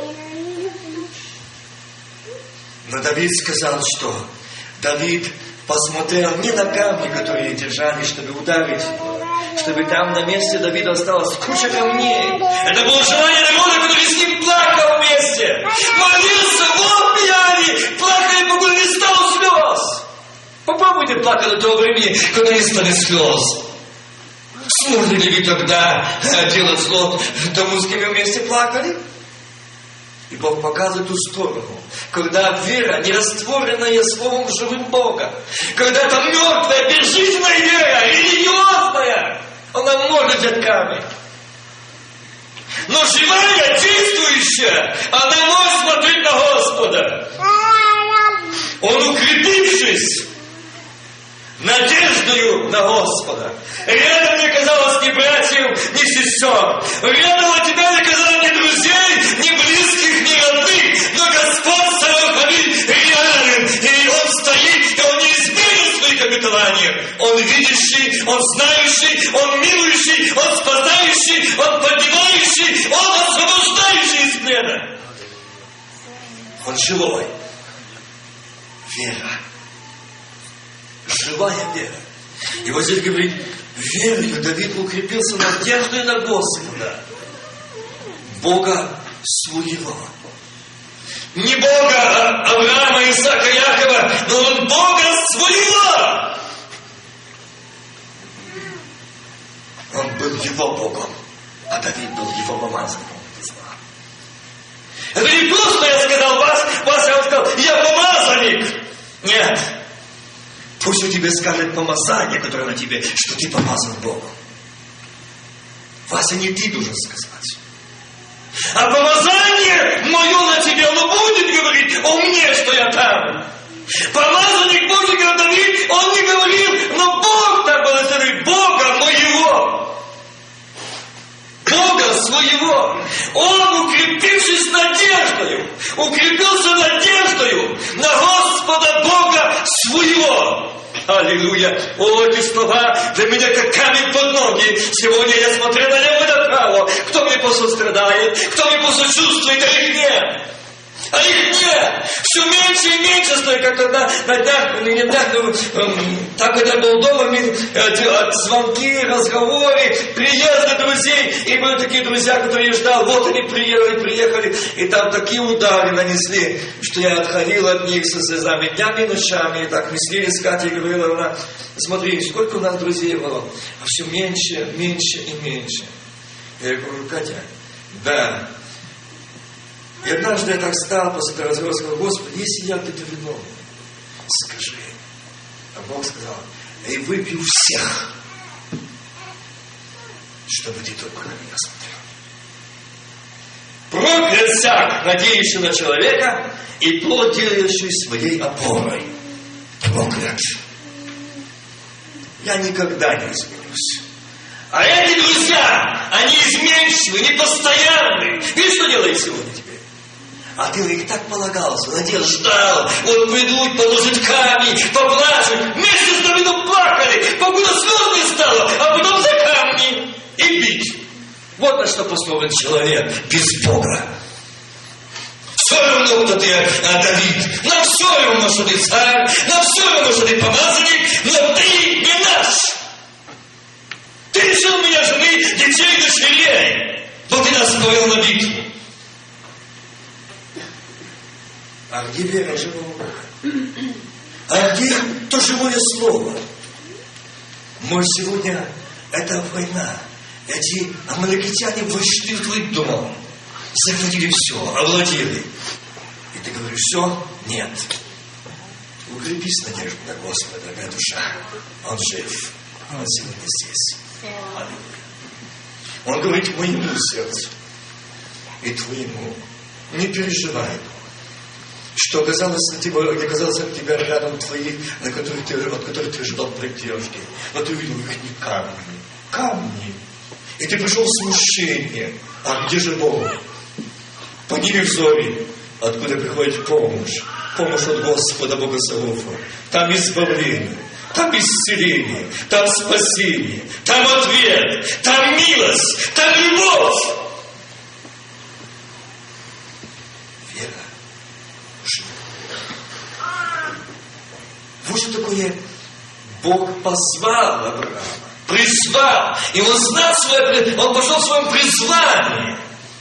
Но Давид сказал, что Давид посмотрел не на камни, которые держали, чтобы ударить его, чтобы там на месте Давида осталась куча камней. Это было желание народа, который с ним плакал вместе. Молился, вот пьяни, плакали Богу, не стало слез. Попробуйте плакать до того времени, когда не станет слез. Сможете ли вы тогда делать зло тому, с кем вы вместе плакали? И Бог показывает ту сторону, когда вера, нерастворенная Словом живым Бога, когда это мертвая, безжизненная вера, религиозная, она может взять камень. Но живая, действующая, она может смотреть на Господа. Он, укрепившись надеждою на Господа, рядом не казалось ни братьев, ни сестер, рядом от тебя не казалось ни друзей, ни близких, ни родных, но Господь Саваоф реален, и Он стоит, и Он не изменит в своих обетованиях. Он видящий, Он знающий, Он милующий, Он спасающий, Он поднимающий, Он освобождающий из плена. Он живой. Вера. Живая вера. И вот здесь говорит, верою Давид укрепился надеждой на Господа, Бога своего. Не Бога Авраама, Исаака, Якова, но он Бога своего. Он был его Богом, а Давид был его помазанником. Это не просто я сказал вас, вас я сказал, я помазанник. Нет. Пусть у тебя скажет помазание, которое на тебе, что ты помазан Богом. Вася, не ты должен сказать. А помазание мое на тебе, оно будет говорить о мне, что я там. Помазанник Божий, говорит Давид, он не говорил, но Бог там был, Бога моего. Бога своего. Он, укрепившись надеждою, укрепился надеждою на Господа Бога своего. Аллилуйя! О, эти слова для меня как камень под ноги. Сегодня я смотрю налево и направо. Кто мне посострадает, кто мне посочувствует, а их нет. А их нет. Все меньше и меньше стоит, как тогда на днях, не днях, эм, так когда был дома, э, звонки, разговоры, приезды друзей. И были такие друзья, которые я ждал, вот они приехали, приехали, и там такие удары нанесли, что я отходил от них со слезами днями и ночами. И так мы снились с Катей, говорила она, смотри, сколько у нас друзей было, а все меньше, меньше и меньше. Я говорю, Катя, да. И однажды я так стал после этого разговора, сказал, Господи, если я где-то виновен, скажи. А Бог сказал, и выпью всех, чтобы ты только на меня смотрел. Проклят всяк, надеющий на человека, и плод, делающий своей опорой. Проклят. Я никогда не изменюсь. А эти друзья, они изменчивы, непостоянны. Видишь, что делает сегодня тебе? А ты на них так полагался, надеялся, ждал, вот придут, положат камни, поплачут. Вместе с Давидом плакали, покуда слез не стало, а потом за камни и бить. Вот на что пословен человек без Бога. Все равно, кто ты, а Давид. Нам все равно, что ты царь, нам все равно, что ты помазанник, но ты не наш. Ты лишил меня жены, детей, дочерей. Вот ты нас повел на битву. А где вера живого Бога? А где то живое слово? Может, сегодня это война. Эти амаликитяне вошли в твой дом, захватили все, овладели. И ты говоришь, все? Нет. Укрепись надежду на Господа, дорогая душа. Он жив. Он сегодня здесь. Аллилуйя. Он говорит моему сердцу и твоему. Не переживай, что оказалось на тебя, оказалось от тебя рядом твоих, на которых ты, от которых ты ждал придержки. Но ты увидел их не камни. Камни. И ты пришел в смущение. А где же Бог? Подними взори, откуда приходит помощь. Помощь от Господа Бога Саваофа. Там избавление. там исцеление, там спасение, там ответ, там милость, там любовь. Вера. Вот что такое Бог позвал Авраама, призвал, и он знал свое, он пошел в своем призвании.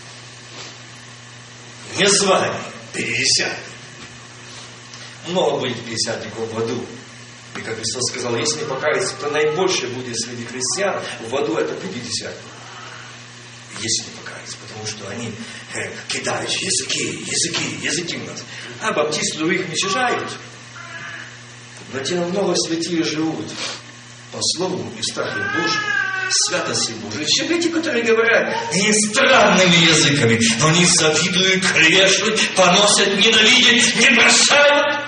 Не звание, пятидесятник. Много будет пятидесятников в аду. И как Христос сказал, если не покаяться, то наибольшее будет среди христиан в аду это пятидесятник. Если не покаяться, потому что они э, кидают языки, языки, языки у нас. А баптисты других уничтожают. Но те много святые живут по слову и страхе Божьему, святости Божьей. Чем эти, которые говорят не странными языками, но они завидуют, клевещут, поносят, ненавидят, не прощают.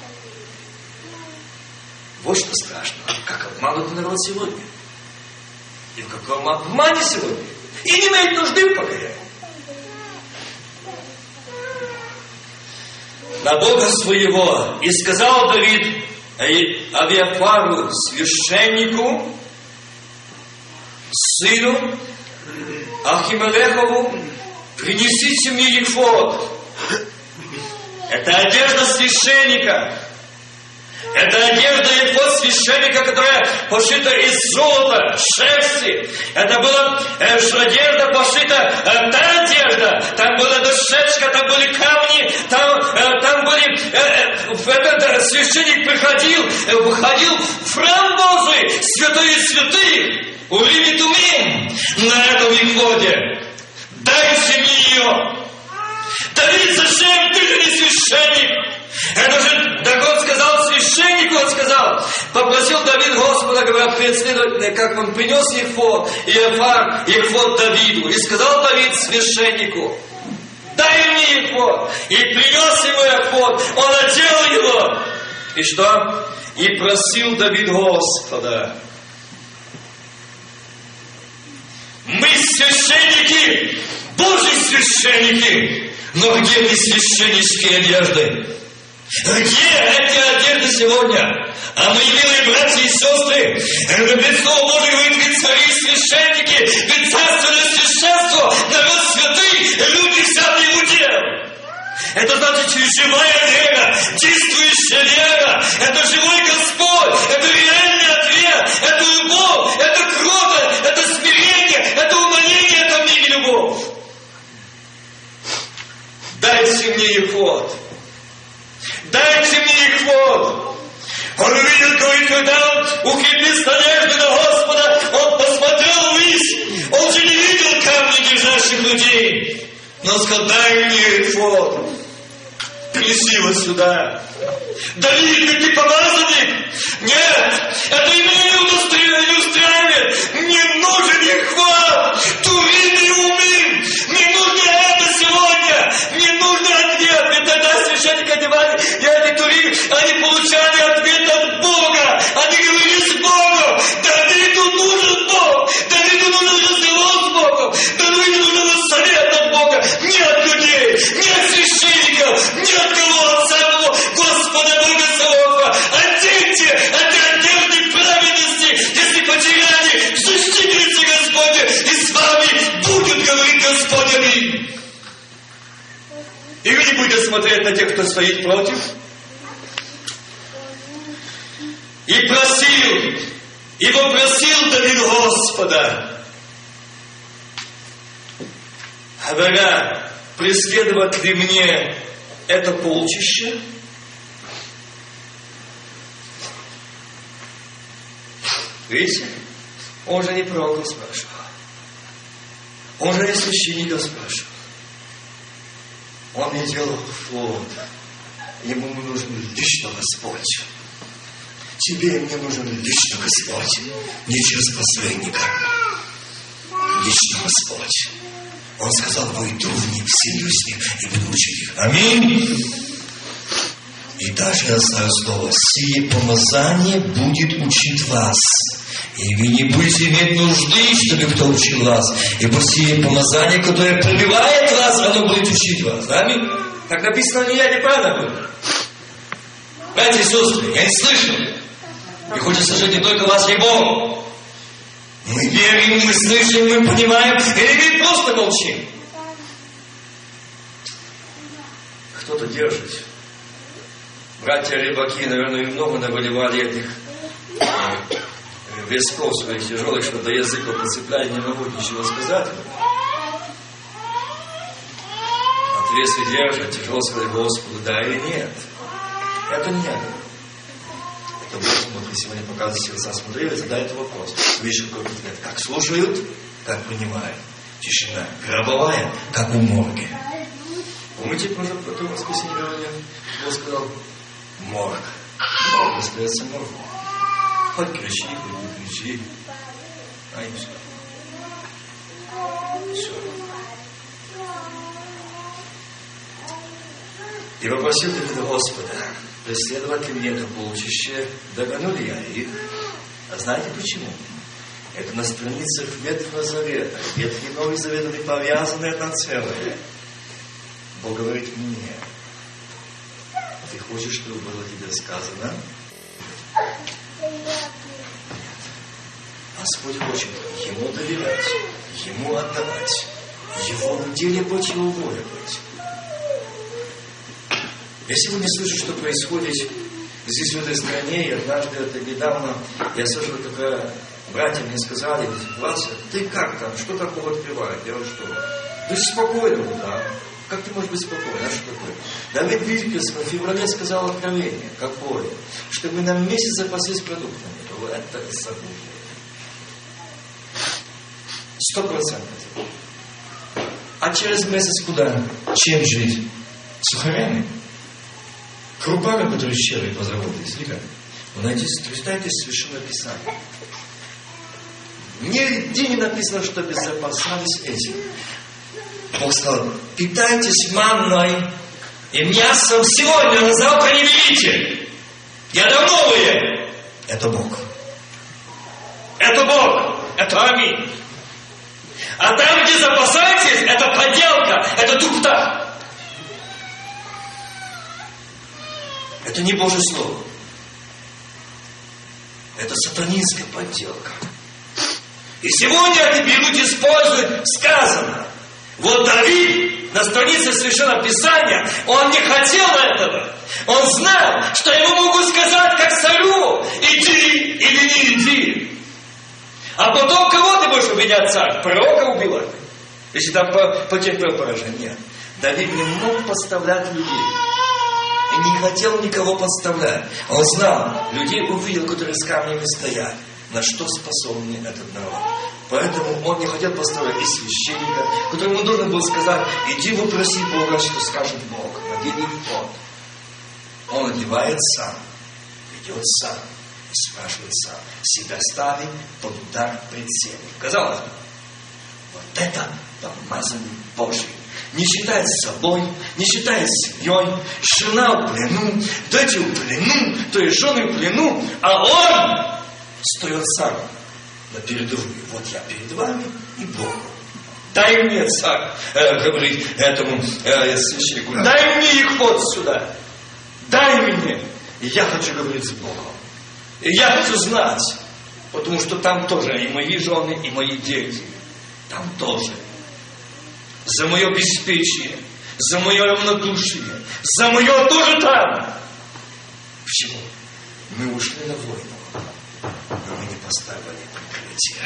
Вот что страшно. Как обманут народ сегодня. И в каком обмане сегодня. И не имеет нужды в покаянии. На Бога своего и сказал Давид Авиафару, священнику, сыну Ахимелехову, принесите мне ефод. Это одежда священника. Это одежда ефод священника, которая пошита из золота, шерсти. Это была э, одежда пошита, э, та одежда. Там была дощечка, там были камни, там, э, там были... Э, э, этот священник приходил, э, выходил в храм Божий, святой святых, Урим и Тумим, на этом ефоде. Дайте мне ее. Давид, зачем ты же не священник? Это же, так он сказал священнику, он сказал, попросил Давид Господа, говоря, предследовать, как он принес ефод, Иофар, ефод Давиду. И сказал Давид священнику, дай мне ефод. И принес ему ефод, он одел его. И что? И просил Давид Господа. Мы священники, Божьи священники, но где эти священнические одежды? Где эти одежды сегодня? А мы, милые братья и сестры, ведь Слово Божие говорит, ведь цари, священники, ведь царственное священство, народ святый, люди взяты ему дел. Это значит живая вера, действующая вера, это живой Господь, это реальный ответ, это любовь, это кротость, это смирение, это умоление, это мне не любовь. Дайте мне ефод. Дайте мне ефод. Он увидел, говорит, когда он укрепил надежду на Господа, он посмотрел ввысь. Он же не видел камни держащих людей. Но он сказал, дай мне ефод. Принеси его сюда. Давид, ты помазанник? Нет, это меня не устраивает. Мне нужен ефод. Турим и умим. Мне нужно это сегодня. Мне нужен ответ. Ведь тогда священники одевали, и эти турим, они получали ответ от Бога. Они говорили с Богом. Давиду нужен Бог. Давиду нужен разговор с Богом. Давиду нужен совет от Бога. Не от людей, не от священников, не от кого, от самого Господа Бога Саваофа. Оденьте эти одежды праведности, если потеряли, защитите Господня, и с вами будет говорить Господь. Аминь. И вы не будете смотреть на тех, кто стоит против. И просил, и попросил Давид Господа, говоря, преследовать ли мне это полчище? Видите? Он же не пророка спрашивал. Он же не священника спрашивал. Он не делал флот. Ему нужен лично Господь. Тебе мне нужен лично Господь. Не через посредника. Лично Господь. Он сказал, войду в них, вселюсь в них и буду учить их. Аминь. И даже я знаю слово, сие помазание будет учить вас. И вы не будете иметь нужды, чтобы кто учил вас. Ибо сие помазание, которое пробивает вас, оно будет учить вас. Аминь. Как написано, не я, неправильно будет. Братья и сестры, я не слышал. И хочет слышать не только вас, и Бог. Мы верим, мы слышим, мы понимаем, или мы просто молчим. Кто-то держит. Братья рыбаки, наверное, много наваливали этих весков своих тяжелых, что до языка подцепляют, не могут ничего сказать. Отвесы держат, тяжело сказать Господу, да или нет. Это не я. Это Бог смотрит, сегодня показывает сердца, смотрели, задает вопрос. Видишь, какой ответ. Как слушают, как понимают. Тишина гробовая, как в морге. Помните, просто в том воскресенье говорили, Бог сказал, морг. Морг остается моргом. Хоть кричи, хоть не кричи. А и все. Все. И попросил Давида Господа, преследовать ли мне это полчище, догону ли я их? А знаете почему? Это на страницах Ветхого Завета. Ветхий и Новый Завет, они повязаны одно целое. Бог говорит мне, ты хочешь, чтобы было тебе сказано? Господь хочет Ему доверять, Ему отдавать, Его в деле быть, Его воля быть. Я сегодня слышу, что происходит здесь, в этой стране, и однажды, это недавно, я слышал, как братья мне сказали, Вася, ты как там, что такого открывает? Я говорю, что? Ты спокойно, да. Как ты можешь быть спокойным? А что такое? Давид Вильгельс в феврале сказал откровение, какое? Что мы на месяц запаслись продуктами. Это событие. Сто процентов. А через месяц куда? Чем жить? Сухарями? Крупами, которые щедрые по заводу, если как? Вы найдите, читайте Священное Писание. Нигде не написано, что безопасались этим. Бог сказал, питайтесь манной и мясом сегодня, на завтра не берите. Я дам новые. Это Бог. Это Бог. Это аминь. А там, где запасаетесь, это подделка, это туфта. Это не Божье Слово. Это сатанинская подделка. И сегодня они берут, используют сказано. Вот Давид на странице Священного Писания, он не хотел этого. Он знал, что ему могут сказать, как царю, иди или не иди. А потом кого ты будешь убедять, царь? Пророка убивать? Если там потерпел поражение. Нет. Давид не мог подставлять людей. И не хотел никого подставлять. Он знал, людей увидел, которые с камнями стоят. На что способен этот народ. Поэтому он не хотел подставлять и священника, которому должен был сказать, иди вопроси Бога, что скажет Бог. Надели он. Он одевает сам, идет сам и спрашивает сам. Себя ставит под удар председника. Казалось бы, вот это помазанный Божий. Не считает с собой, не считает с семьей, жена в плену, дети в плену, то есть жены в плену, а он стоит сам на передовую. Вот я перед вами и Богом. Дай мне, царь, э, говорит этому э, священнику, дай мне их вот сюда. Дай мне. И я хочу говорить с Богом. И я хочу знать, потому что там тоже и мои жены, и мои дети. Там тоже. За мое беспечие, за мое равнодушие, за мое тоже там. Почему? Мы ушли на войну, но мы не поставили прикрытие.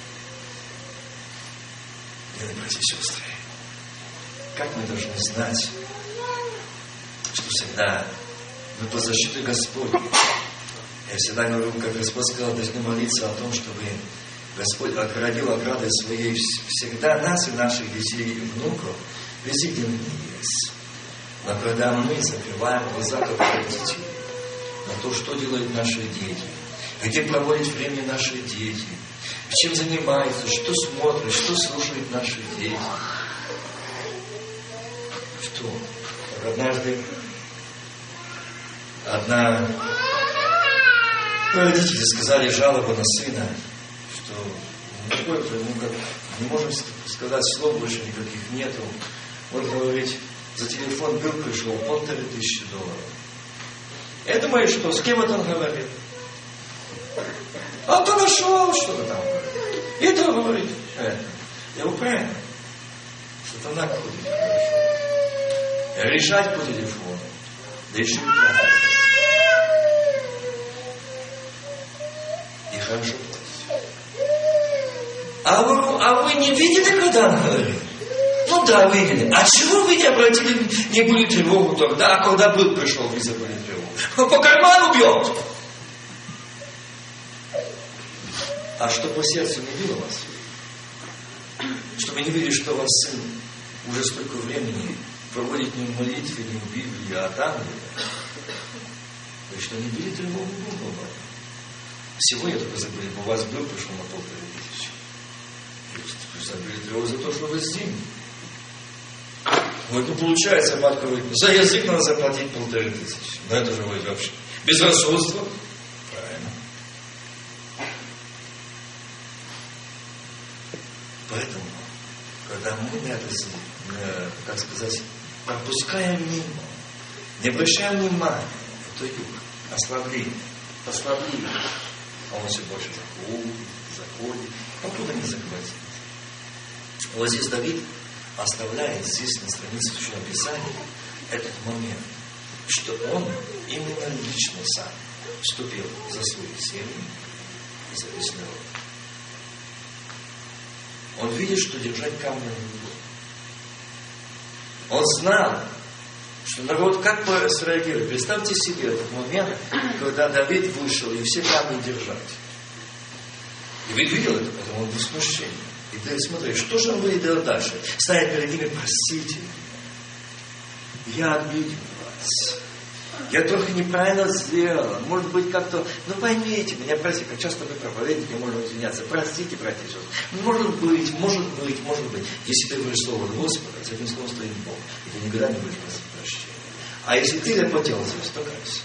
Милые братья и сестры, как мы должны знать, что всегда мы под защитой Господней. Я всегда говорю, как Господь сказал, должны молиться о том, чтобы Господь оградил оградой своей всегда нас и наших детей и внуков, везде, где мы не есть. Но когда мы закрываем глаза, как родители, на то, что делают наши дети, где проводят время наши дети, чем занимаются, что смотрят, что слушают наши дети. Что? Однажды одна родители сказали жалобу на сына, что ну, как, не можем сказать слов, больше никаких нету. Он говорит, за телефон был пришел полторы тысячи долларов. Я думаю, что с кем это он говорит? пошел, что-то там говорит. И то говорит, это. Я говорю, правильно. Сатана ходит хорошо. Решать по телефону. Да еще неправильно. И хорошо платить. А вы, а вы не видели, когда он говорит? Ну да, видели. А чего вы не обратили, не были тревогу тогда, а когда был пришел, вы забыли тревогу? По карману бьет. А что по сердцу не било вас? Чтобы не видели, что ваш сын уже столько времени проводит не в молитве, не в Библии, а там где-то. Вы что, не били тревогу Бога? Всего я только забыли, у вас был, пришел на полторы тысячи. И забыли тревогу за то, что вы с ним. Вот, ну, получается, мать говорит, за язык надо заплатить полторы тысячи. Но это же вы вообще безрассудство. Правильно. Поэтому, когда мы это, как сказать, пропускаем мимо, не обращаем внимания, то юг, ослабление, послабление, а он все больше заходит, заходит, откуда не захватит. Вот здесь Давид оставляет здесь на странице Священного Писания этот момент, что он именно лично сам вступил за свои семьи и за весь народ. Он видит, что держать камни не будет. Он знал, что народ как бы среагирует. Представьте себе этот момент, когда Давид вышел и все камни держать. И Давид видел это, поэтому он был в смущении. И ты смотришь, что же он будет делать дальше? Станет перед ними, простите меня. Я обидел вас. Я только неправильно сделал. Может быть, как-то, ну поймите меня, простите, как часто мы проповедники можем извиняться. Простите, братья и сестры. Может быть, может быть, может быть. Если ты говоришь слово Господа, за этим словом стоит Бог. И ты никогда не будешь просить прощения. А если ты ляпотел здесь, то кайся.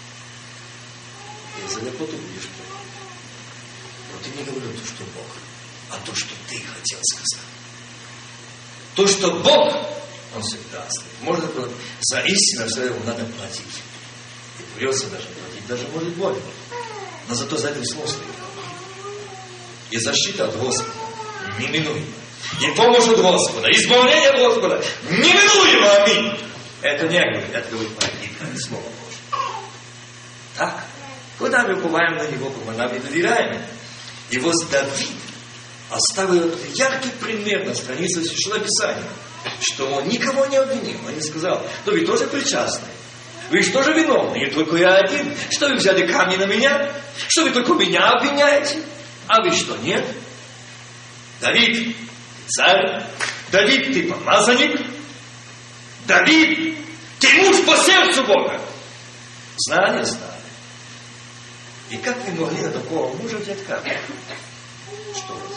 И за ляпоту будешь платить. Но ты не говорил то, что Бог, а то, что ты хотел сказать. То, что Бог, Он всегда стоит. Можно было, за истину все равно надо платить. И придется даже платить, даже может больно. Но зато за этим словом стоит. И защита от Господа неминуема. И помощь от Господа, избавление от Господа неминуемо. Аминь. Это не говорит, это говорит молитва, Слово Божье. Так? Куда мы уповаем на Него, мы нам и доверяем. И вот Давид оставил этот яркий пример на странице Священного Писания, что он никого не обвинил. Он не сказал, но вы тоже причастны. Вы же тоже виновны, не только я один. Что вы взяли камни на меня? Что вы только меня обвиняете? А вы что, нет? Давид, ты царь. Давид, ты помазанник. Давид, ты муж по сердцу Бога. Знали, знали. И как вы могли на такого мужа взять камни? Что это?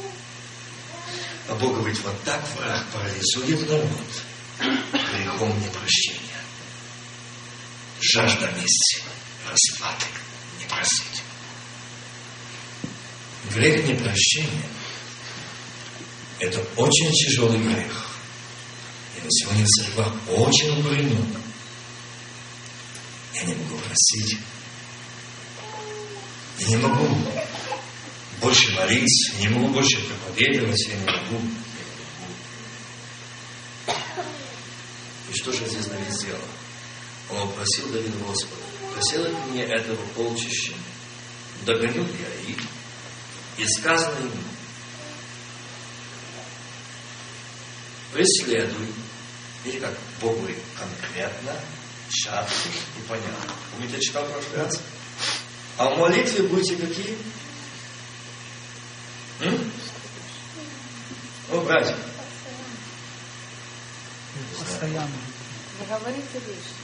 А Бог говорит, вот так враг парализует народ грехом непрощения. Жажда мести, расплаты не просить. Грех непрощения – это очень тяжелый грех. И сегодня церковь очень упрямена. Я не могу просить. Я не могу больше молиться, не могу больше проповедовать, я не могу. И что же здесь Давид сделал? Он просил Давида Господа, просил от меня этого полчища, догоню я их, и сказано ему, преследуй, или как Бог говорит, конкретно, четко и понятно. Помните, я читал в прошлый раз? А в молитве будете какие? М? Ну, братья. Постоянно. Вы говорите лишь.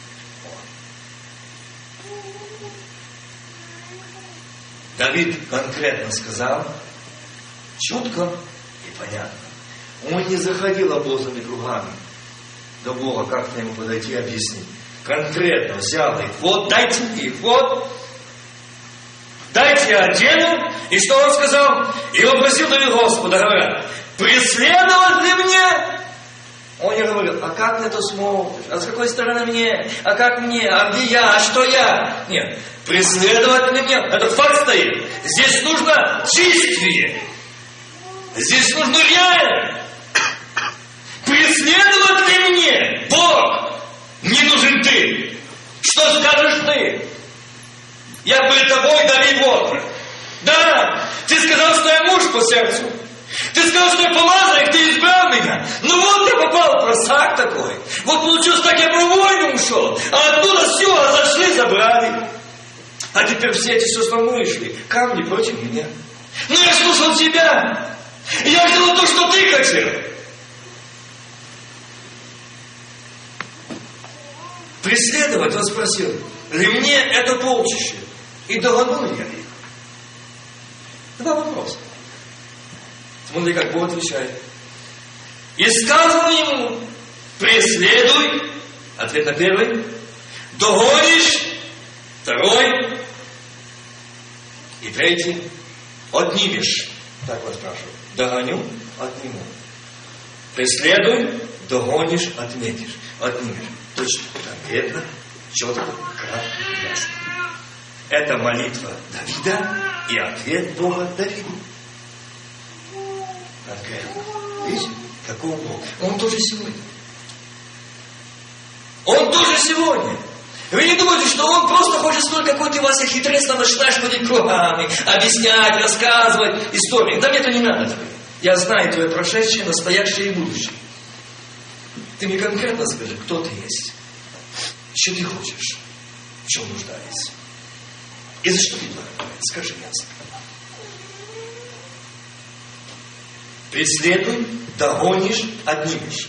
Давид конкретно сказал, четко и понятно. Он не заходил обозными кругами до Бога, как-то ему подойти и объяснить. Конкретно взял их, вот дайте мне их, вот. Дайте я одену. И что он сказал? И он просил Давид Господа, говоря, преследовать ли мне Он мне говорил, а как на это смотришь? А с какой стороны мне? А как мне? А где я? А что я? Нет, преследовать ли мне? Этот факт стоит. Здесь нужно действие. Здесь нужно реально. Преследовать ли мне? Бог, не нужен ты. Что скажешь ты? Я перед тобой, Давид, вот. Да, ты сказал, что я муж по сердцу. Ты сказал, что я помазанник, ты избрал меня. Ну вот я попал в просак такой. Вот получилось так, я по войну ушел. А оттуда все, зашли, забрали. А теперь все эти сосновые шли. Камни против меня. Ну я слушал тебя. Я делал то, что ты хотел. Преследовать, он спросил, ли мне это полчище? И догонул я их. Два вопроса. Смотри, как Бог отвечает. И сказано ему, преследуй, ответ на первый, догонишь, второй, и третий, отнимешь. Так вас спрашиваю. Догоню, отниму. Преследуй, догонишь, отметишь, отнимешь. Точно, конкретно, четко, кратко, ясно. Это молитва Давида и ответ Бога Давиду. Конкретно. Видите, какой Бог? Он тоже сегодня. Он тоже сегодня. Вы не думаете, что он просто хочет столько какой-то Вася хитрец, там начинаешь ходить кругами, объяснять, рассказывать истории. Да мне это не надо. Я знаю твое прошедшее, настоящее и будущее. Ты мне конкретно скажи, кто ты есть, что ты хочешь, в чем нуждаешься. И за что ты благодарен? Скажи ясно. Преследуй, догонишь, отнимешь.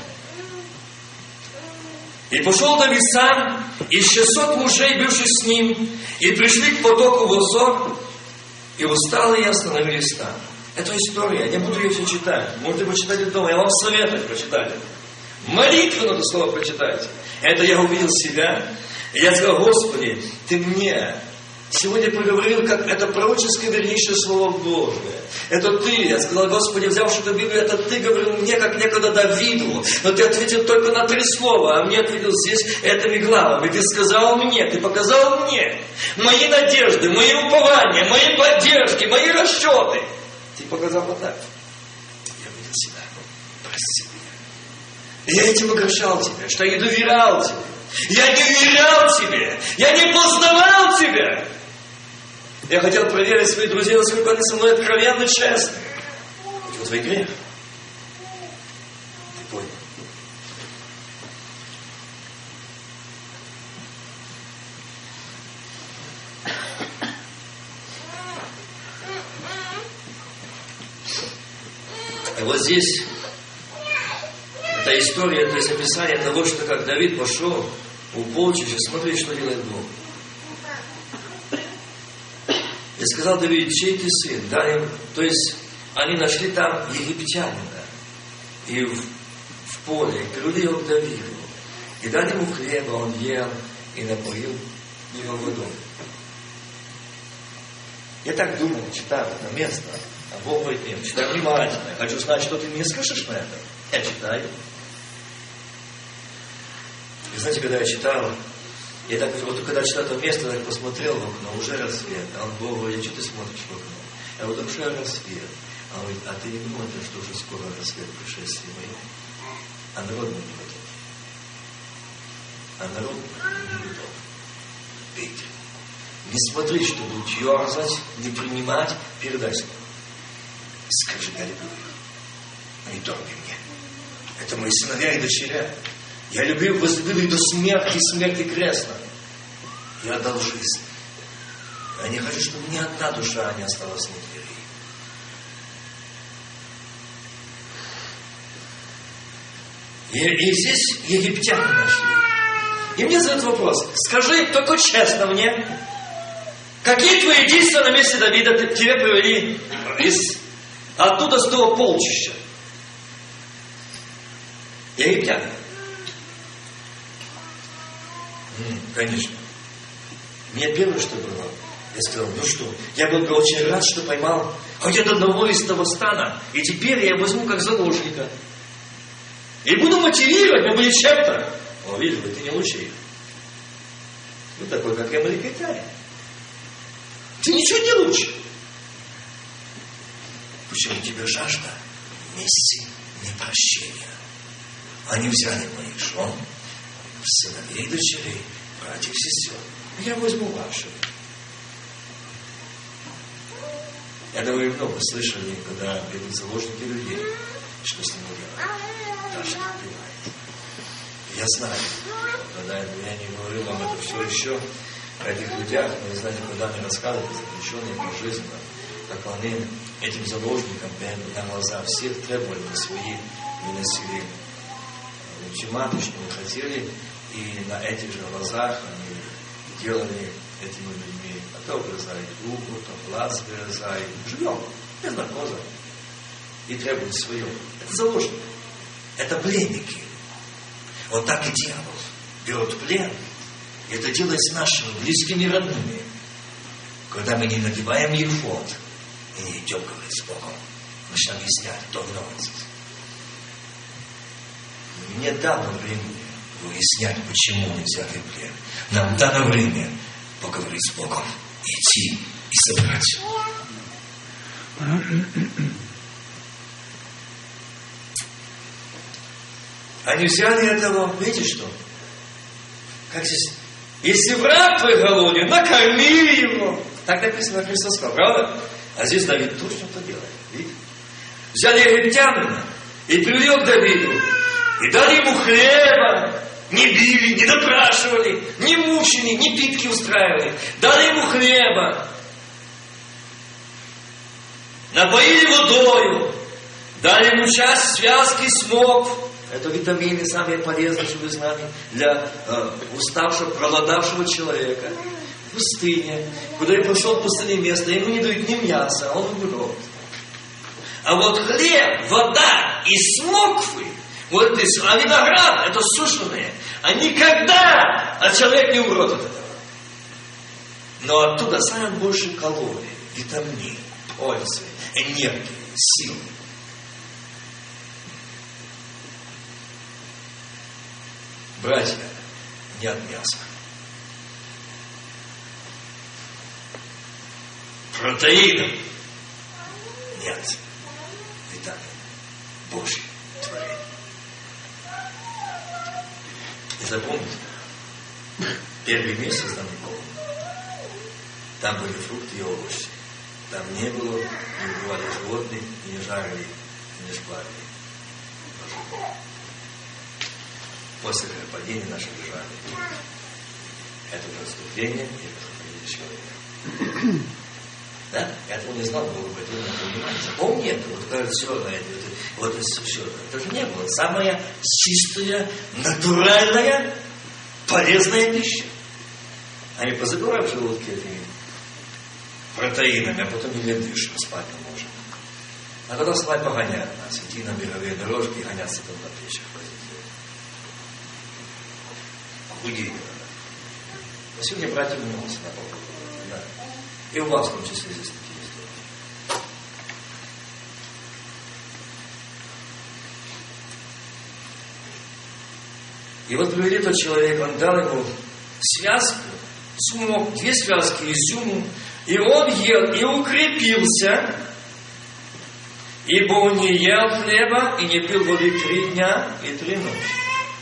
И пошел Давид сам, и шестьсот мужей, бывших с ним, и пришли к потоку Восор, и устали и остановились там. Это история, я не буду ее все читать. Можете почитать это дома, я вам советую прочитать. Молитву надо слово прочитать. Это я увидел себя, и я сказал, Господи, Ты мне сегодня проговорил, как это пророческое вернейшее Слово Божие. Это Ты. Я сказал, Господи, взявши эту Библию, это Ты говорил мне, как некогда Давиду. Но Ты ответил только на три слова, а мне ответил здесь этими главами. Ты сказал мне, Ты показал мне мои надежды, мои упования, мои поддержки, мои расчеты. Ты показал вот так. Я видел себя. Прости меня. Я этим угрожал Тебе, что я не доверял Тебе. Я не уверял Тебе. Я не познавал Тебя. Я хотел проверить своих друзей, насколько они со мной откровенно честны. Это твой грех. Ты понял. И вот здесь эта история, то есть описание того, что как Давид пошел у полчища, смотри, что делает Бог. И сказал Давид, чей ты сын? Да, им, то есть они нашли там египтянина и в, в поле, и привели его к Давиду. И дали ему хлеба, он ел и напоил его водой. Я так думал, читаю это место, а Бог говорит мне, читай внимательно, я хочу знать, что ты мне скажешь на это. Я читаю. И знаете, когда я читал, я так, вот когда читал это место, я так посмотрел в окно, уже рассвет. А он Бог говорит, что ты смотришь в окно? А вот уже рассвет. А он говорит, а ты не смотришь, что уже скоро рассвет пришествия моего. А народ не готов. А народ не готов. Видите? Не смотри, чтобы ерзать, не принимать, передай слово. Скажи, я люблю их. Не торги мне. Это мои сыновья и дочеря. Я люблю их, возлюбил их до смерти и смерти крестной. Я отдал жизнь. Я не хочу, чтобы ни одна душа не осталась внутри. И, и здесь египтяне нашли. И мне задают вопрос. Скажи только честно мне, какие твои действия на месте Давида тебе привели из, оттуда с того полчища? Египтяне. Конечно. Мне первое, что было, я сказал, ну что, я был бы очень рад, что поймал хоть одного из того стана, и теперь я возьму как заложника. И буду мотивировать, мы будем чем-то. О, видишь, ты не лучше их. Ты такой, как американцы. Ты ничего не лучше. Почему тебе жажда мести, не прощения? Они взяли моих жен, сыновей, дочерей, братьев, сестер. Я возьму ваши. Я думаю, много слышали, когда идут заложники людей, что с ними делают. Даже не убивает. Я знаю, когда я не говорил вам это все еще, о этих людях, но я знаю, никогда не рассказывали, заключенные пожизненно, как они этим заложникам на глаза всех требовали на свои выносили матушку, не хотели, и на этих же глазах они делали этими людьми, а то вырезали руку, то глаз вырезали, живем, без наркоза, и требуют свое. Это заложники, это пленники. Вот так и дьявол берет плен, и это делает с нашими близкими и родными, когда мы не надеваем ефод и не идем говорить с Богом, начинаем объяснять, кто виноват. Не дано времени выяснять, почему мы взяли плен. Нам дано время поговорить с Богом, идти и собирать. Они взяли этого, видите что? Как здесь? Если враг твой голоден, накорми его. Так написано, Христос сказал, правда? А здесь Давид точно это делает. Видите? Взяли египтянина и привели к Давиду. И дали ему хлеба. Не били, не допрашивали, не мучили, не питки устраивали. Дали ему хлеба. Напоили водою. Дали ему часть связки смог. Это витамины самые полезные, чтобы вы знали, для э, уставшего, проголодавшего человека. В пустыне. Куда и пошел в пустынное место, ему не дают ни мяса, он умрет. А вот хлеб, вода и смоквы, вот это, а виноград, это сушеные, а никогда а человек не умрет от этого. Но оттуда самые большие калории, витамины, пользы, энергии, силы. Братья, не от мяса. Протеинов нет. Витамин Божий творение. И запомните, первый месяц там не было. Там были фрукты и овощи. Там не было, не убивали животных, и не жарили, и не шкварили. После падения наши бежали. Это преступление, и это преступление человека. Да? Этого не знал, было бы, этого не понимали. Запомни это, вот кажется, все, это, вот это все. Это же не было. Самая чистая, натуральная, полезная пища. Они позабирают в желудке этими протеинами, а потом не дышим, спать не можем. А когда спать погоняют нас, идти на береговые дорожки и гоняться там на плечах. Худеет. А сегодня братья вернулся на пол. Да. И у вас в том числе здесь такие истории. И вот привели тот человек, он дал ему связку, смог, две связки изюму, и он ел и укрепился, ибо он не ел хлеба и не пил воды три дня и три ночи.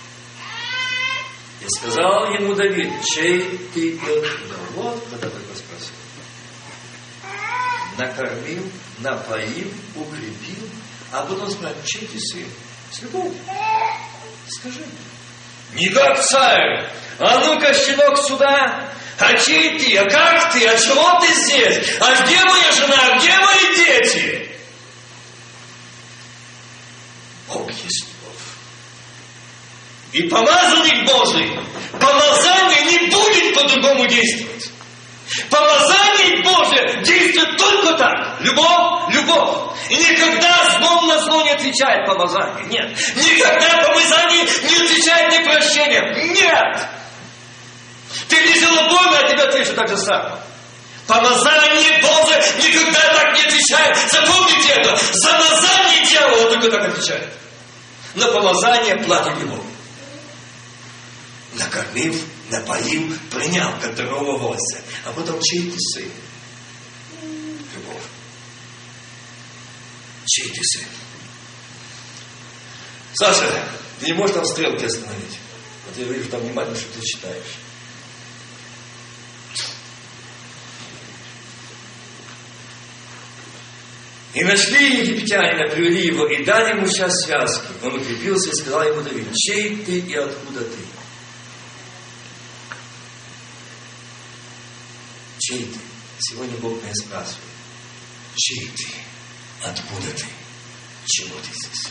И сказал ему Давид, чей ты пил хлеб? Вот кто такой спросил. Накормил, напоил, укрепил, а потом спрашивает, чей ты сын? С любовью. Скажи. Не как царь. А ну-ка, щенок, сюда. А чей ты? А как ты? А чего ты здесь? А где моя жена? А где мои дети? Бог есть любовь. И помазанник Божий, помазание не будет по-другому действовать. Помазание Божие действует только так. Любовь, любовь. И никогда злом на зло не отвечает помазание. Нет. Никогда помазание не отвечает ни прощением. Нет. Ты не сделал больно, а тебе отвечу так же самое. Помазание Божие никогда так не отвечает. Запомните это. За помазание дьявола только так отвечает. на помазание плату любовь. Накормив, напоил, принял, как дорогого гостя. А потом чей ты сын? Любовь. Чей ты сын? Саша, ты не можешь там стрелки остановить. Вот я вижу там внимательно, что ты читаешь. И нашли египтянина, привели его, и дали ему час связки. Он укрепился и сказал ему Давид: чей ты и откуда ты? Чей ты? Сегодня Бог меня спрашивает. Чей ты? Откуда ты? Чего ты здесь?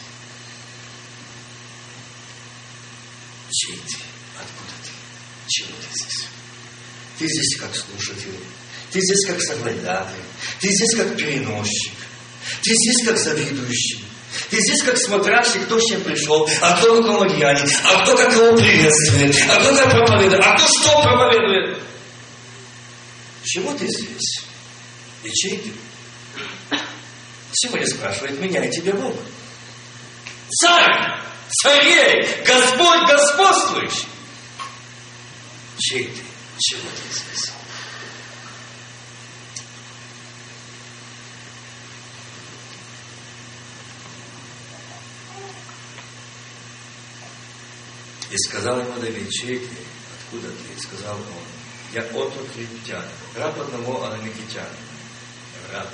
Чей ты? Откуда ты? Чего ты здесь? Ты здесь как слушатель. Ты здесь как соглядатый. Ты здесь как переносчик. Ты здесь как завидующий. Ты здесь как смотрящий, кто с чем пришел, а кто на ком одеянии, а кто как кого приветствует, а кто как проповедует, а кто что проповедует. Чего ты здесь? И чей ты? Сегодня спрашивает меня и тебя Бог. Царь, царей, Господь господствующий. Чей ты? Чего ты здесь? И сказал ему Давид: чей ты? Откуда ты? И сказал он: я отрок египтянина, раб одного амаликитянина. Раб.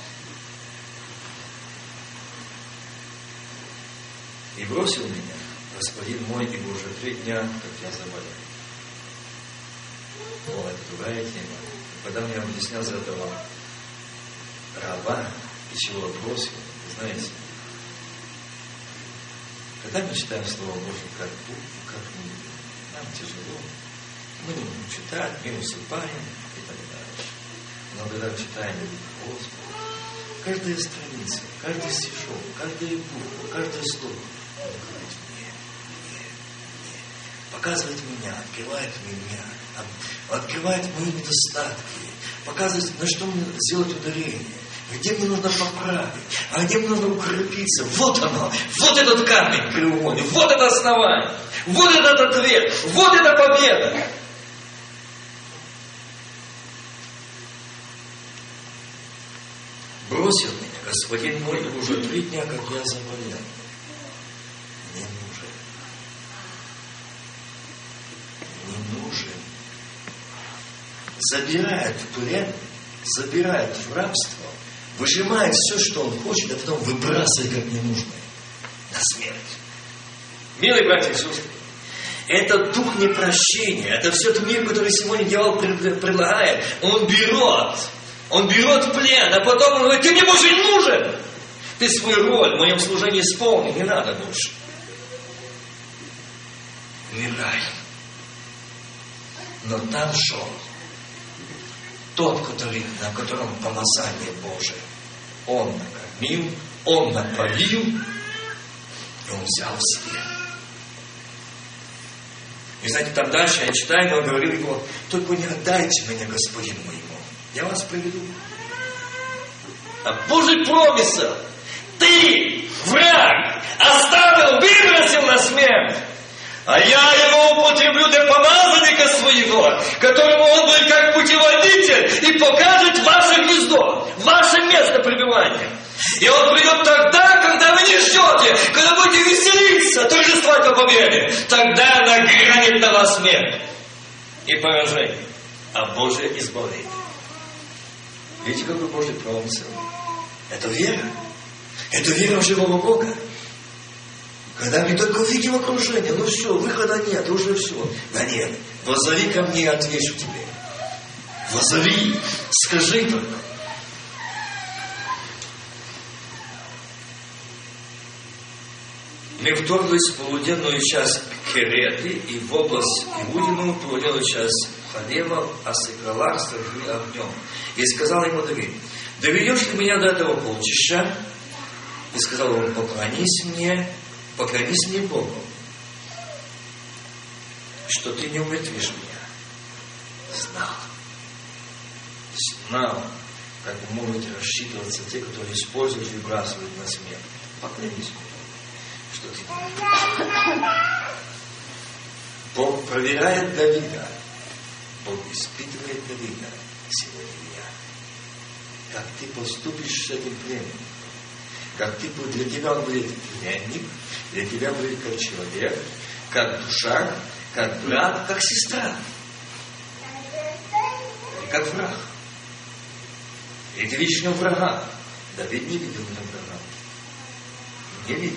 И бросил меня господин мой, ибо уже три дня, как я заболел. О, это другая тема. И когда мне объяснял за этого раба, и чего бросил, знаете, когда мы читаем Слово Божие как Бог, как мы, нам тяжело, мы не можем читать, мы усыпаем и так дальше. Но когда читаем Господа, каждая страница, каждый стишок, каждая буква, каждое слово, Он говорит мне, мне, мне, показывает меня, открывает меня, открывает мои недостатки, показывает, на что мне сделать ударение, где мне нужно поправить, а где мне нужно укрепиться. Вот оно, вот этот камень краеугольный, вот это основание, вот этот ответ, вот эта победа. Бросил меня господин мой, и уже три дня, как я заболел. Не нужен. Не нужен. Забирает в плен, забирает в рабство, выжимает все, что он хочет, а потом выбрасывает как ненужное на смерть. Милые братья и сестры, это дух непрощения, это все тот мир, который сегодня дьявол предлагает. Он берет, он берет в плен, а потом он говорит: ты мне больше не нужен. Ты свою роль в моем служении исполнил, не надо больше. Умирай. Но там шел тот, который, на котором помазание Божие. Он накормил, он напоил, и он взял себе. И знаете, там дальше я читаю, но он говорил ему: только не отдайте меня господину моему, я вас приведу. А Божий промысел: ты, враг, оставил, выбросил на смерть. А я его употреблю для помазанника своего, которому он будет как путеводитель и покажет ваше гнездо, ваше место пребывания. И он придет тогда, когда вы не ждете, когда будете веселиться, торжествовать по победе. Тогда нагрянет на вас смерть и поражение, а Божие избавление. Видите, какой Божий промысел? Это вера. Это вера в живого Бога. Когда мы только увидим окружение, ну все, выхода нет, уже все. Да нет, воззови ко мне, отвечу тебе. Воззови, скажи только. Мы вторглись в полуденную часть Кереты и в область Иудину, полуденную часть Халема, а Сикалах сожгли огнем. И сказал ему Давид: доведешь ли меня до этого полчища? И сказал он: поклонись мне, поклонись мне Богу, что ты не умертвишь меня. Знал. Знал, как могут рассчитываться те, которые используют и выбрасывают на смерть. Поклонись мне, что ты делаешь? Бог проверяет Давида. Бог испытывает Давида сегодня меня. Как ты поступишь с этим пленником? Как ты, для тебя он будет пленник, для тебя будет как человек, как душа, как брат, как сестра. И как враг. И ты видишь в нем врага. Давид не видел в нем врага. Не видел.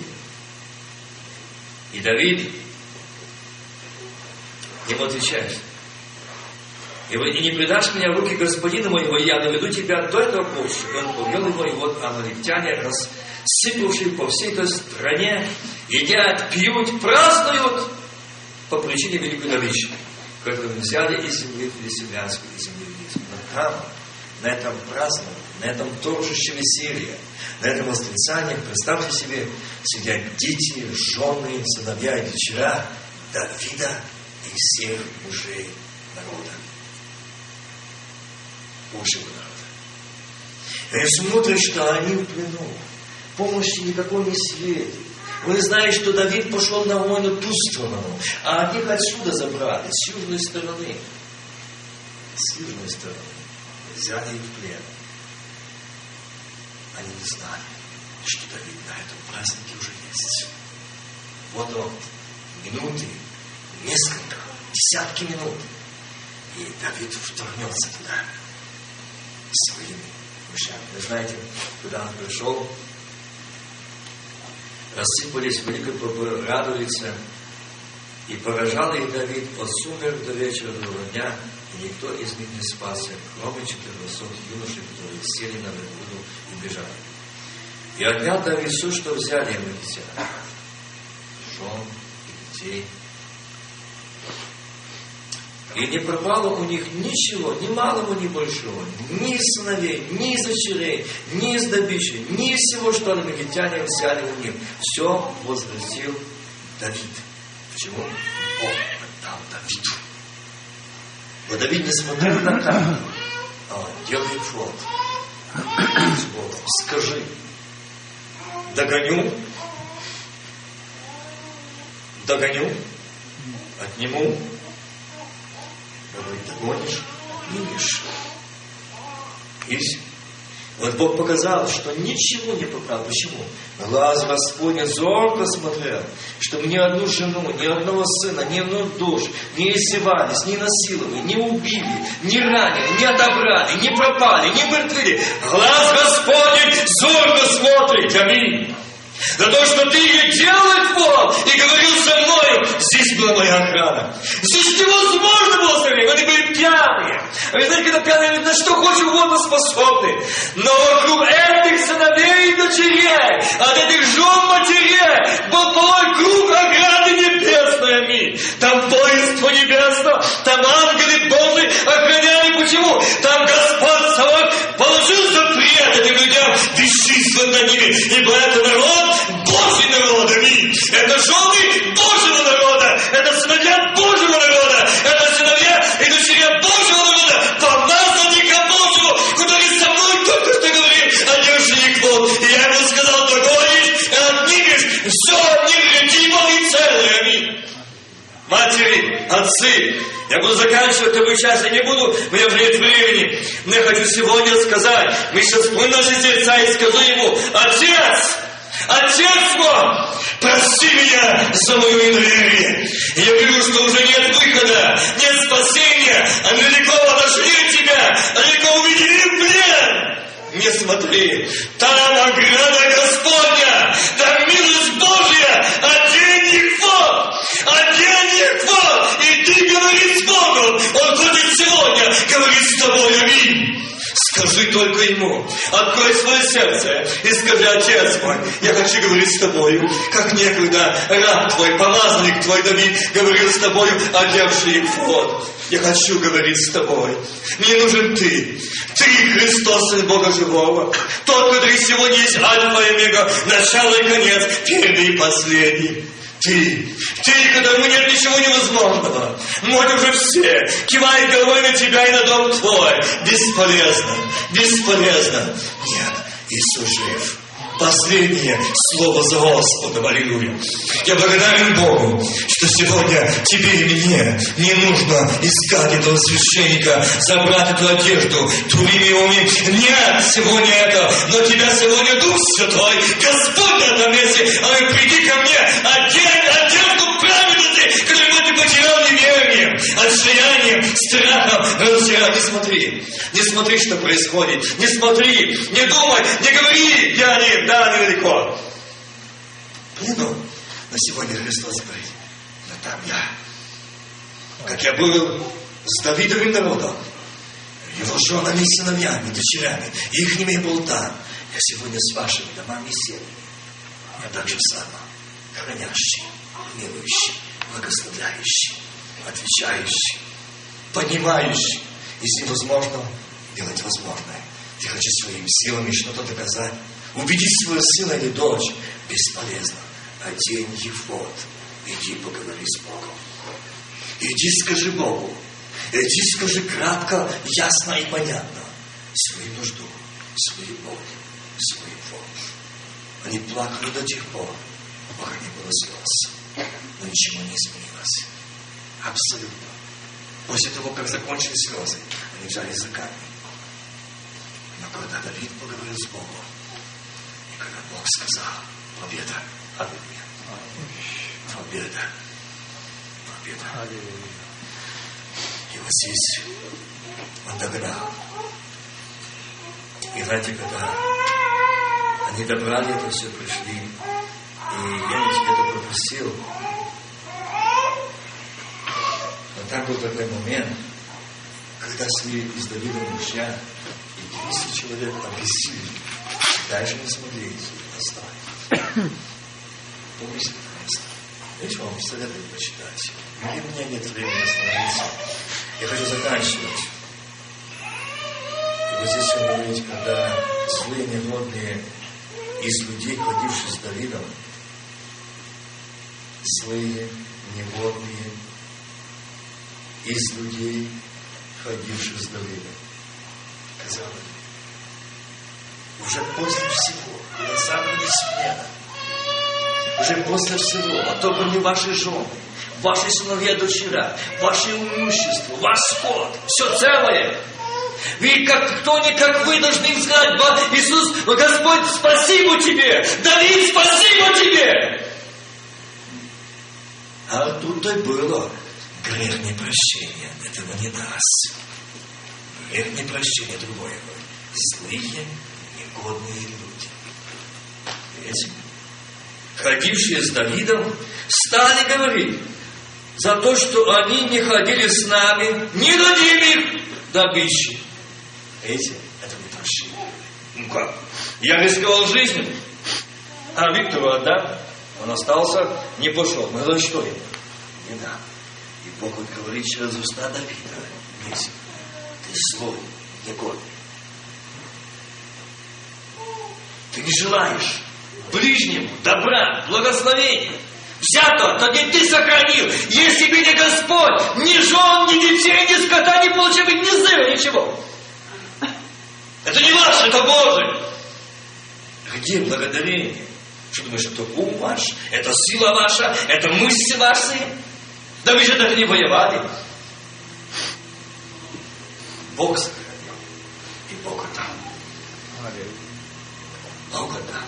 И Давид ему отвечает: и не предашь меня в руки господина моего, я наведу тебя до этого пути. И он повел его, и вот амалектяне, рассыпавшие по всей той стране, едят, пьют, празднуют по причине великой добычи, которую взяли из земли филистимлянской и земли египетской. Но там, на этом праздновании, на этом торжищем веселье, на этом восклицании, представьте себе, сидят дети, жены, сыновья и дочеря Давида и всех мужей народа. Божьего народа. И они смотрят, что они в плену. Помощи никакой не светит. Вы знаете, что Давид пошел на войну ту сторону, а от них отсюда забрали, с южной стороны. С южной стороны. Взяли их в плен. Они не знали, что Давид на этом празднике уже есть. Вот он, минуты, несколько, десятки минут. И Давид вторгнется туда своими мужами. Вы знаете, куда он пришел? Рассыпались в великой радуется, и поражал их Давид от сумерек до вечера другого дня, и никто из них не спасся, кроме четырехсот юношей, которые сели на верблюду и бежали. И отнял Давид все, что взяли амаликитяне, жен и детей. И не пропало у них ничего, ни малого, ни большого, ни из сыновей, ни из дочерей, ни из добычи, ни из всего, что амаликитяне взяли у них. Все возвратил Давид. Почему? Бог отдал Давиду. Но Давид не смотрел на камень, а он делает фото. Скажи, догоню, догоню, отниму. Говорит, догонишь, видишь. И вот Бог показал, что ничего не поправил. Почему? Глаз Господня зорко смотрел, чтобы ни одну жену, ни одного сына, ни одну душу не издевались, не насиловали, не убили, не ранили, не отобрали, не пропали, не мертвили. Глаз Господень зорко смотрит. Аминь. За то, что ты ее делал, Бог, и говорил со мною, здесь была моя охрана. Здесь невозможно было со мной, они были пьяные. А вы знаете, когда пьяные, на что хочешь угодно способны. Но вокруг этих сыновей и дочерей, от этих жен матерей, был полой круг ограды небесной. Аминь. Там воинство небесное, там ангелы Божьи охраняли. Почему? Там Господь Саваоф положил запрет этим людям бесчислен над ними, ибо это народ Божий народ, аминь. Это жены Божьего народа, это сыновья Божьего народа, это сыновья и дочеря Божьего народа, помазанника Божьего, который со мной только что говорил, одержи их вот. И я ему сказал, догонишь и отнимешь все невредимое и целое, аминь. Матери, отцы, я буду заканчивать такую часть, я не буду, у меня уже нет времени. Но я хочу сегодня сказать, мы сейчас вспомним наши сердца и скажу ему, Отец, Отец мой, прости меня за мою неверие. Я вижу, что уже нет выхода, нет спасения, а далеко отошли от тебя, а далеко уведены в плен. Не смотри, там ограда Господня, там милость Божья, одень их вот, одень их вот, и ты говори с Богом, Он хочет сегодня говорить с тобой, аминь. Скажи только Ему, открой свое сердце и скажи, Отец мой, я хочу говорить с тобою, как некогда раб твой, помазанник твой Давид говорил с тобою, одевший эфод. Я хочу говорить с тобой. Мне нужен ты. Ты, Христос, Сын Бога Живого. Тот, который сегодня есть Альфа и Омега, начало и конец, первый и последний. Ты, ты, которому нет ничего невозможного. Мы уже все кивают головой на тебя и на дом твой. Бесполезно, бесполезно. Нет, Иисус жив. Последнее слово за Господом. Аллилуйя. Я благодарен Богу, что сегодня тебе и мне не нужно искать этого священника, забрать эту одежду, твоими умами. Нет, сегодня это, но тебя сегодня Дух Святой, Господь на этом месте, а вы приди ко мне, одень одежду праведности, которую ты потерял неверием, отчаянием, страхом, разочарованием. Не смотри, не смотри, что происходит, не смотри, не думай, не говори, я не, да, недалеко. Ну, но сегодня Христос говорит, но там я, как я был с Давидовым народом, его женами, сыновьями, дочерями, ихними был там. Я сегодня с вашими домами и семьями. Я также сам, хранящий, милующий, благословляющий, отвечающий, понимающий. Если невозможно, делать возможное. Я хочу своими силами что-то доказать. Убедить своего сына или дочь бесполезно. Одень ефод. Иди поговори с Богом. Иди скажи Богу. Иди скажи кратко, ясно и понятно свою нужду, свою боль, свою помощь. Они плакали до тех пор, пока не было слез. Но ничего не изменилось. Абсолютно. После того, как закончились слезы, они взяли за камень. Но когда Давид поговорил с Богом, и когда Бог сказал, победа, аллилуйя, победа, победа. И вот здесь он догнал. И знаете, когда они добрали это все, пришли, и я не тебе это попросил, но там был такой момент, когда шли из Давида мужья, и двести человек обессилели, дальше не смогли оставить. Помните это место? Видишь, вам советую почитать. И у меня нет времени остановиться. Я хочу заканчивать. И вот здесь он говорит, когда злые негодные из людей, ходивших с Давидом, злые негодные из людей, ходивших с Давидом, казалось, уже после всего, когда заповеди смена, уже после всего, а то были ваши жены, ваши сыновья, дочеря, ваше имущество, ваш скот, все целое. Вы, как кто-никак вы, должны сказать, Иисус, Господь, спасибо тебе, Давид, спасибо тебе. А тут и было грех непрощения, этого не даст. Грех непрощения другое. Злые, негодные люди. Видите? Ходившие с Давидом, стали говорить, за то, что они не ходили с нами, не дадим их добычи. Видите, это не прощение. Ну как? Я рисковал жизнью, а Виктору отдам. Он остался, не пошел. Ну за что ему? Не надо. И Бог вот говорит через уста Давида. Видите, ты злой, негодный. Ты не желаешь ближнему добра, благословения. Взято, то не ты сохранил. Если бы не Господь, ни жен, ни детей, ни скота не получил бы ни зыва, ничего. Это не ваше, это Божие. Где благодарение? Что думаешь, это ум ваш? Это сила ваша? Это мысли ваши? Да вы же даже не воевали. Бог сохранил. И Бог отдал. Бог отдал.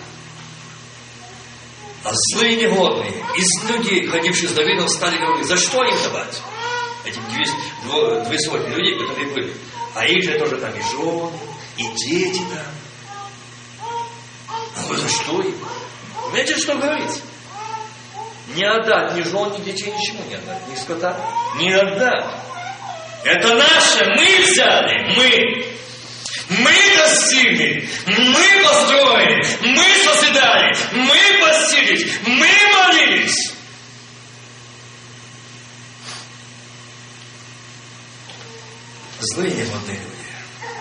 А злые негодные из людей, ходивших с Давидом, стали говорить, за что им давать? Этим две, две сотни людей, которые были. А их же тоже там и жены, и дети там. А вы за что им? Знаете, что говорится? Не отдать ни жен, ни детей, ничего не отдать. Ни скота. Не отдать. Это наше, мы взяли, мы. Мы достигли, мы построили, мы созидали, мы постились, мы молились. Злые негодные люди.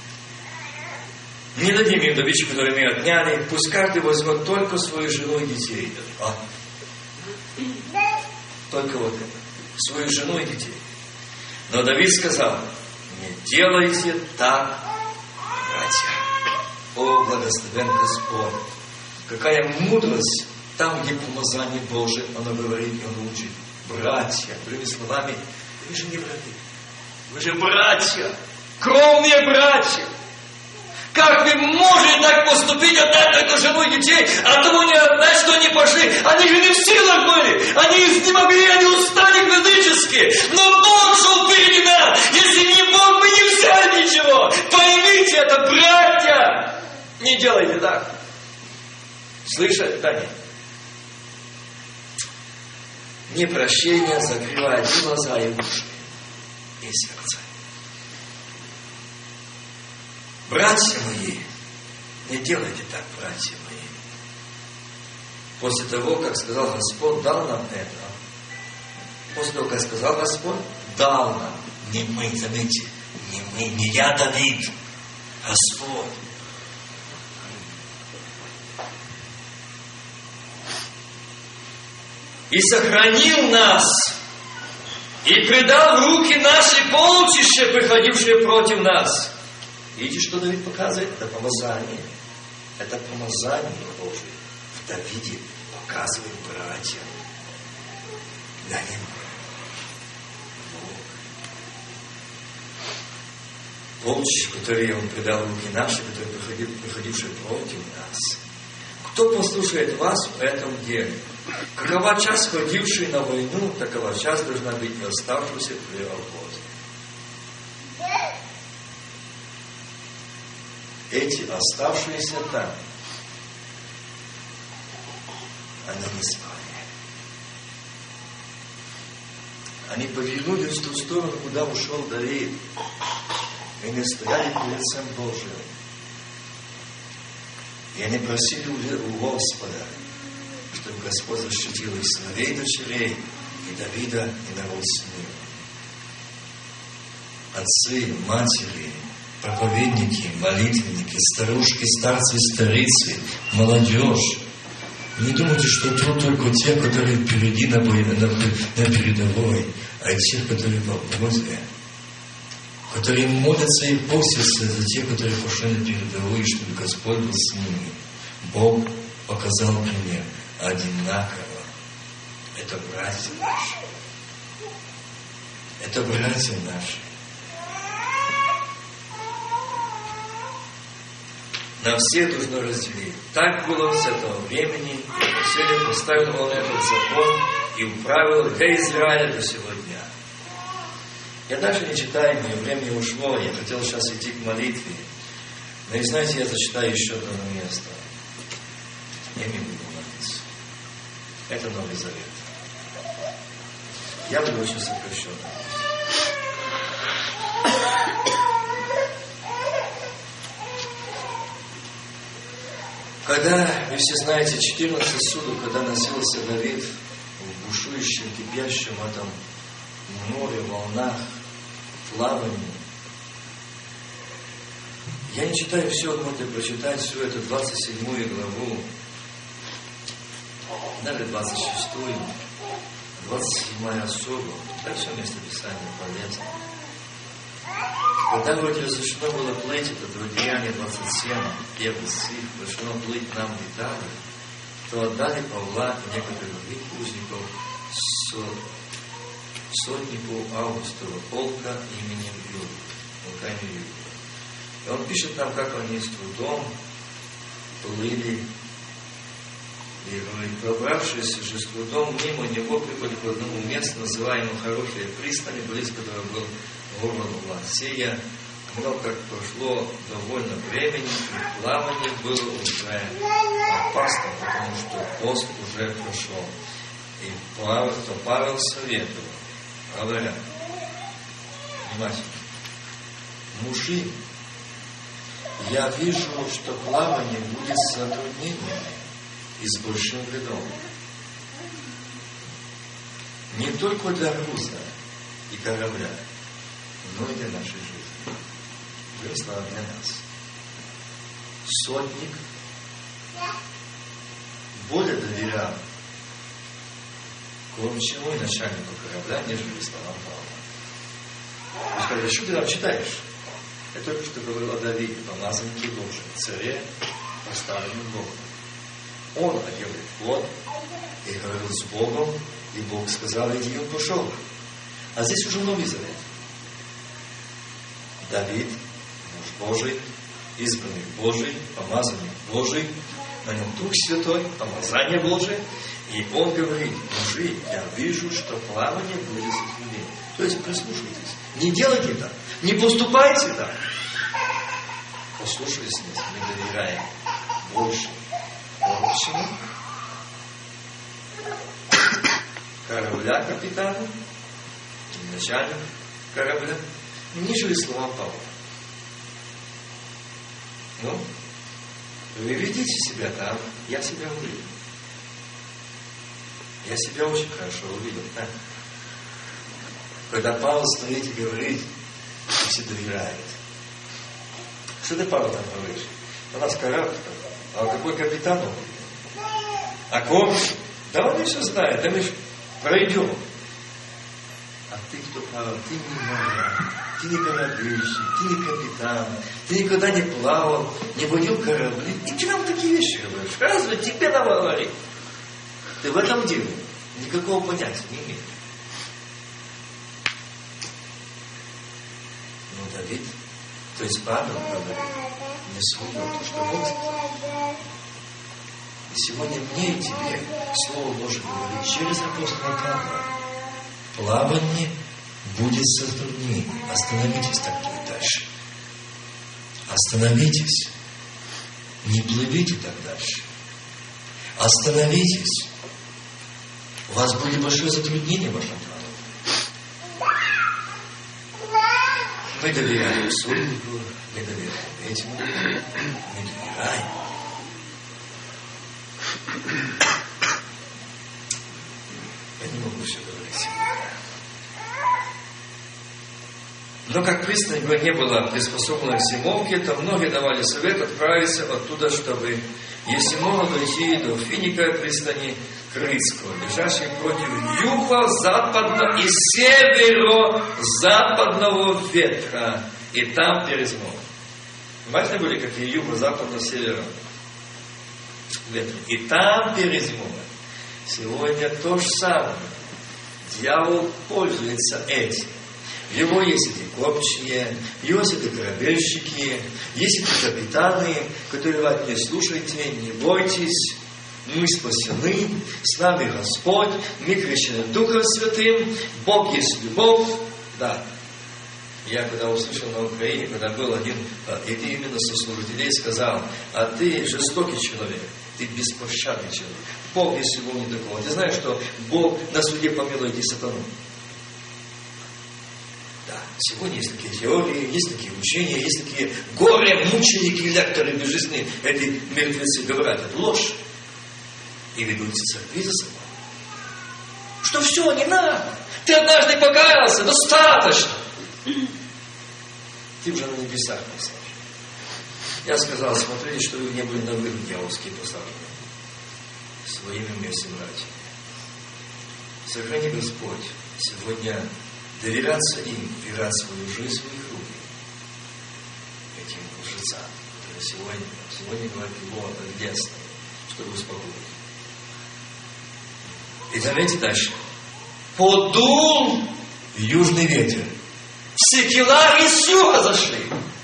Не дадим им добычу, которую мы отняли, пусть каждый возьмет только свою жену и детей. А? Только вот это. Свою жену и детей. Но Давид сказал, не делайте так, братья. О, благословен Господь, Какая мудрость там, где помазание Божие, оно говорит и оно учит. Братья, другими словами, вы же не враги. Вы же братья, кровные братья. Как вы можете так поступить, отдать только жену и детей, а того не отдать, что они пошли? Они же не в силах были, они не могли, они устали физически. Но Бог шел впереди нас. Если не Бог, мы не взяли ничего. Поймите это, братья. Не делайте так. Слышали, да нет? Непрощение закрывает и глаза, и уши, и сердце. Братья мои, не делайте так, братья мои. После того, как сказал Господь, дал нам это. После того, как сказал Господь, дал нам. Не мы, заметьте, не мы, не я, Давид, Господь. И сохранил нас, и предал в руки наши полчища, приходившие против нас. Видите, что Давид показывает? Это помазание. Это помазание Божие. В Давиде показывает братьям. Да не Бог. Полчища, которые Он предал в руки наши, которые приходившие против нас. Кто послушает вас в этом деле? Какова часть ходившей на войну, такова часть должна быть и оставшаяся при работе. Эти оставшиеся там, они не спали. Они повернулись в ту сторону, куда ушел Давид, и не стояли перед лицем Божьим. И они просили у Господа, чтобы Господь защитил их сыновей и дочерей, и Давида, и народ с ним. Отцы, матери, проповедники, молитвенники, старушки, старцы, старицы, молодежь. Не думайте, что тут только те, которые впереди на, бой, на, на передовой, а и те, которые в обозе, которые молятся и постятся за тех, которые пошли на передовую, чтобы Господь был с ними. Бог показал пример одинаково. Это братья наши. Это братья наши. На всех нужно разделить. Так было с этого времени, и Моисей поставил он этот закон и управил для Израиля до сего дня. Я даже не читаю, мое время ушло, я хотел сейчас идти к молитве. Но и знаете, я зачитаю еще одно место. Я не буду молиться. Это Новый Завет. Я буду очень сокращен. Когда, вы все знаете, четырнадцать судов, когда носился Давид в бушующем, кипящем этом море, волнах, плавании. Я не читаю все, можете прочитать всю эту двадцать седьмую главу, даже двадцать шестую, двадцать седьмая особо. Так все место Писания полезно. Когда вроде разрешено было плыть, это в Деянии двадцать семь, первый стих, разрешено плыть нам в Италию, то отдали Павла и некоторых других узников сотнику Августова полка именем Юрия, полками Юрия. И он пишет нам, как они с трудом плыли, и говорит, пробравшись же с трудом мимо него, прибыли к одному месту, называемому Хорошие пристани, близ которого был город Лансея. Но как прошло довольно времени, и плавание было уже опасно, потому что пост уже прошел. И Павел, то Павел советовал, говоря, внимательно, мужи, я вижу, что плавание будет с затруднениями и с большим вредом. Не только для груза и корабля, но и для нашей жизни. Слава для нас. Сотник более доверял, кроме чего и начальнику корабля, нежели словам Павла. Вы сказали, что ты там читаешь? Я только что говорил о Давиде, помазаннике Божьем, царе, поставленном Богом. Он одел плод и говорил с Богом, и Бог сказал, иди, и он пошел. А здесь уже Новый Завет. Давид, муж Божий, избранный Божий, помазанник Божий, на нем Дух Святой, помазание Божие, и он говорит, мужи, я вижу, что плавание будет сохранено. То есть прислушайтесь. Не делайте так, не поступайте так. Послушайтесь нас, мы доверяем больше общему корабля капитана, начальник корабля, нежели словам Павла. Ну, вы ведите себя там, я себя увидел. Я себя очень хорошо увидел, так? Когда Павел стоит и говорит, все доверяют. Что ты, Павел, там говоришь? У нас корабль, а какой капитан он? А ком? Да он все знает, да мы же пройдем. А ты кто, Павел? Ты не моряк, ты не корабельщик, ты не капитан, ты никогда не плавал, не водил корабли. И ты нам такие вещи говоришь. Разве тебе нам говорить? Ты в этом деле никакого понятия не имеешь. Ну, Давид, то есть Павел говорит, не судил то, что Бог сказал. И сегодня мне и тебе Слово Божие говорит через апостола Павла. Плавание будет затруднение. Остановитесь так и дальше. Остановитесь. Не плывите так дальше. Остановитесь. У вас будет большое затруднение в вашем плане. Мы доверяем суднику, мы доверяем этому, мы доверяем. Я не могу все говорить сегодня. Но как пристань не была приспособлена к зимовке, то многие давали совет отправиться оттуда, чтобы, если можно, дойти до Финика пристани Критского, лежащей против юго-западного и северо-западного ветра, и там перезимовать. Понимаете, были какие юго-западно-северо ветра? И там перезимовать. Сегодня то же самое. Дьявол пользуется этим. В его есть эти копчие, есть эти корабельщики, есть эти капитаны, которые говорят, не слушайте, не бойтесь, мы спасены, с нами Господь, мы крещены Духом Святым, Бог есть любовь. Да. Я когда услышал на Украине, когда был один, это именно сослужителей, сказал, а ты жестокий человек, ты беспощадный человек. Бог есть любовь, не такого. Ты знаешь, что Бог на суде помилует и сатану? Да. Сегодня есть такие теории, есть такие учения, есть такие горе-мученики, лекторы безжизненные. Эти мертвецы говорят, это ложь. И ведутся церкви за собой. Что все, не надо. Ты однажды покаялся, достаточно. Ты уже на небесах поставлен. Я сказал, смотрите, что вы не были на выход дьявольские поставлены. Своими вместе братьями. Сохрани Господь сегодня доверяться им, вверять свою жизнь в своих руки. Этим лжецам, которые сегодня, сегодня говорят, вот, где оставить, чтобы успокоить. И заметьте дальше. Подул южный ветер. Секелари с юга зашли.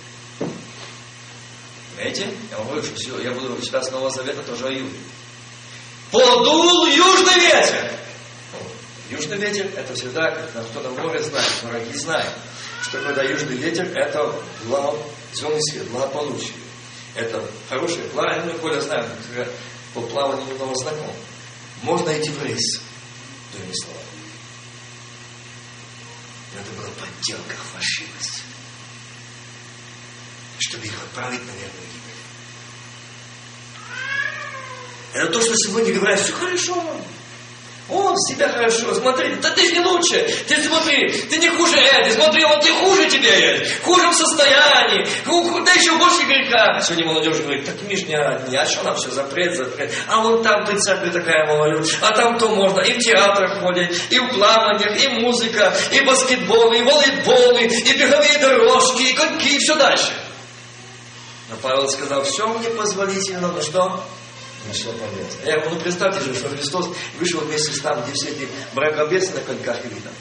Понимаете? Я вам говорю, что все, я буду читать с Нового Завета тоже о юге. Подул южный ветер. Южный ветер, это всегда, как кто на море знает, враги знают, что когда южный ветер, это зеленый свет, благополучие. Это хорошее плавание. Ну, Коля знает, по плаванию немного знаком. Можно идти в рейс, другими словами. Но это была подделка, фальшивость. Чтобы их отправить на верную гибель. Это то, что сегодня говорят, все хорошо. Он с тебя хорошо, смотри, да ты же не лучше, ты смотри, ты не хуже это, смотри, он не хуже тебя есть, хуже в состоянии, да еще больше греха. Сегодня молодежь говорит, так мы ж не одни, а что нам все запрет, запрет, а вон там ты церковь такая молодежь, а там то можно, и в театрах ходят, и в плаваниях, и музыка, и баскетбол, и волейбол, и беговые дорожки, и коньки, и все дальше. Но Павел сказал, все мне позволительно, но что? Ничего полезного. Я говорю, ну представьте же, что Христос вышел вместе с нами, где все эти мракобесы на коньках и видно.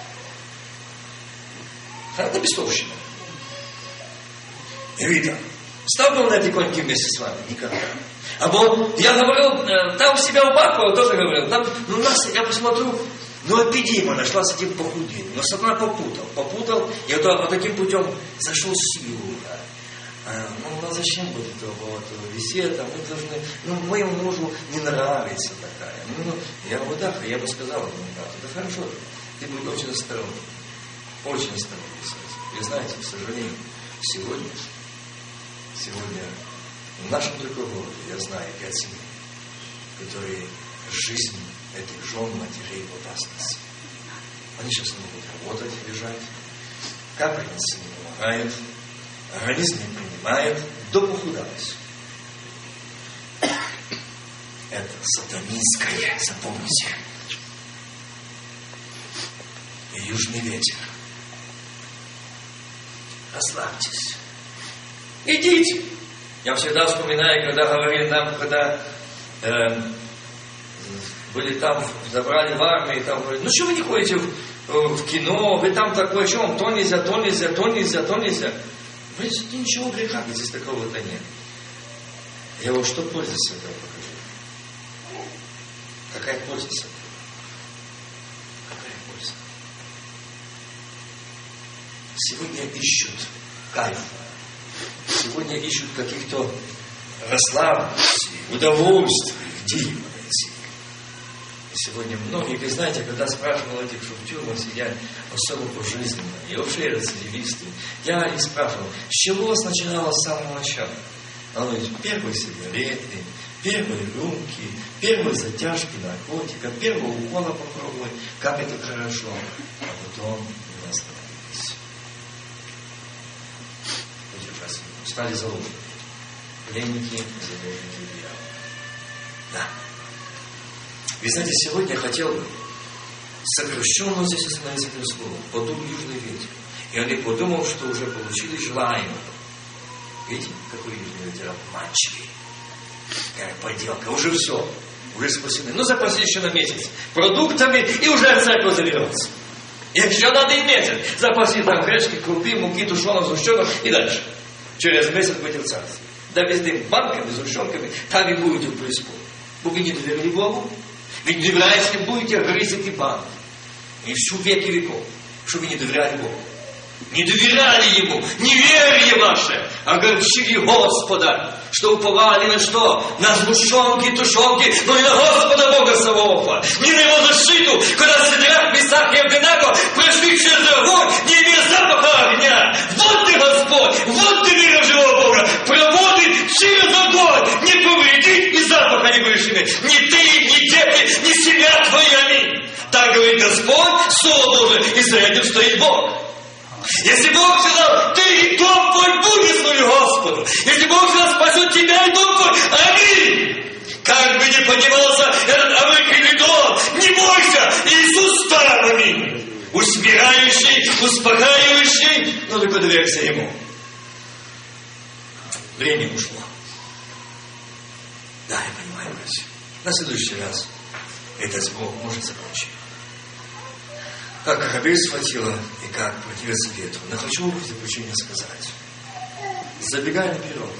Это бесовщина. И видно. Стал бы он на эти коньки вместе с вами? Никогда. А вот я говорил, там себя у Бакова тоже говорил, там, ну нас, я посмотрю, ну эпидемия нашла с этим похудением. Но сатана попутал, попутал, и вот, вот таким путем зашел в силу. Да. А, ну, ну зачем будет это вот, веселье, мы должны, ну моему мужу не нравится такая. Ну, я говорю, да, я бы сказал, ему, да, да хорошо, ты будешь очень осторожен, очень осторожен. И знаете, к сожалению, сегодня, сегодня в нашем только городе, я знаю пять семей, которые жизнь этих жен, матерей в опасности. Они сейчас не могут работать, лежать. Капельницы не помогают, организм не принимает, до похудались. Это сатанинское, запомните. И южный ветер. Расслабьтесь. Идите. Я всегда вспоминаю, когда говорили нам, когда э, были там, забрали в армию, и там говорили, ну что вы не ходите в, в кино, вы там такое, что вам то нельзя, то нельзя, то нельзя, то нельзя. Вы говорите, ничего греха, ведь здесь такого-то нет. Я говорю, что польза с этого покажу? Какая польза с этого? Какая польза? Сегодня ищут кайфа. Сегодня ищут каких-то расслабленностей, удовольствий, где его найти. И сегодня многие, вы знаете, когда спрашивал этих, что в тюрьмах сидят особо пожизненно, и вообще рецидивисты, я их спрашивал, с чего сначала, с самого начала? Он говорит, первые сигареты, первые рюмки, первые затяжки наркотика, первого укола попробовать, как это хорошо, а потом не остановились. Стали заложниками. Пленники, заложники дьявола. Да. Вы знаете, сегодня я хотел бы сокращенно здесь остановиться этим словом. Подул южный ветер. И они подумал, что уже получили желаемое. Видите, какой южный ветер обманчивый. Какая поделка. Уже все. Уже спасены. Ну, запроси еще на месяц. Продуктами и уже церковь заберется. И еще надо и месяц. Запаси там гречки, крупы, муки, тушеных, сгущенных и дальше. Через месяц будете в царстве. Да везде банками, сгущенками, там и будете в преисподней. Вы не доверили Богу? Ведь доверяете, будете грызть эти банки. И всю веки веков. Что вы не доверяли Богу. Не доверяли Ему. Неверие ваше. Огорчили Господа. Что уповали на что? На сгущенки, тушенки, но и на Господа Бога Саваофа. Не на Его защиту, когда Сидрах, Месах и Авденаго прошли через огонь, не имея запаха огня. Вот ты Господь, вот ты мира живого Бога. Проводит через огонь. Не повредить и запаха не будешь иметь. Ни ты, ни дети, ни семья твоя. Аминь. Так говорит Господь, Слово Божие, и за этим стоит Бог. Если Бог сказал, ты и дом твой будет служить Господу. Если Бог сказал, спасет тебя и дом твой. Аминь. Как бы ни поднимался этот обыкновенный дом, не бойся, Иисус там. Аминь. Усмиряющий, успокаивающий, но только доверься Ему. Время ушло. Да, я понимаю, братья. На следующий раз этот Бог может закончить. Как корабель схватило и как противиться ветру. Но хочу в заключение сказать, забегая наперед,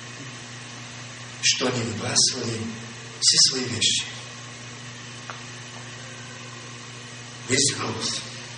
что они выбрасывали все свои вещи. Весь груз.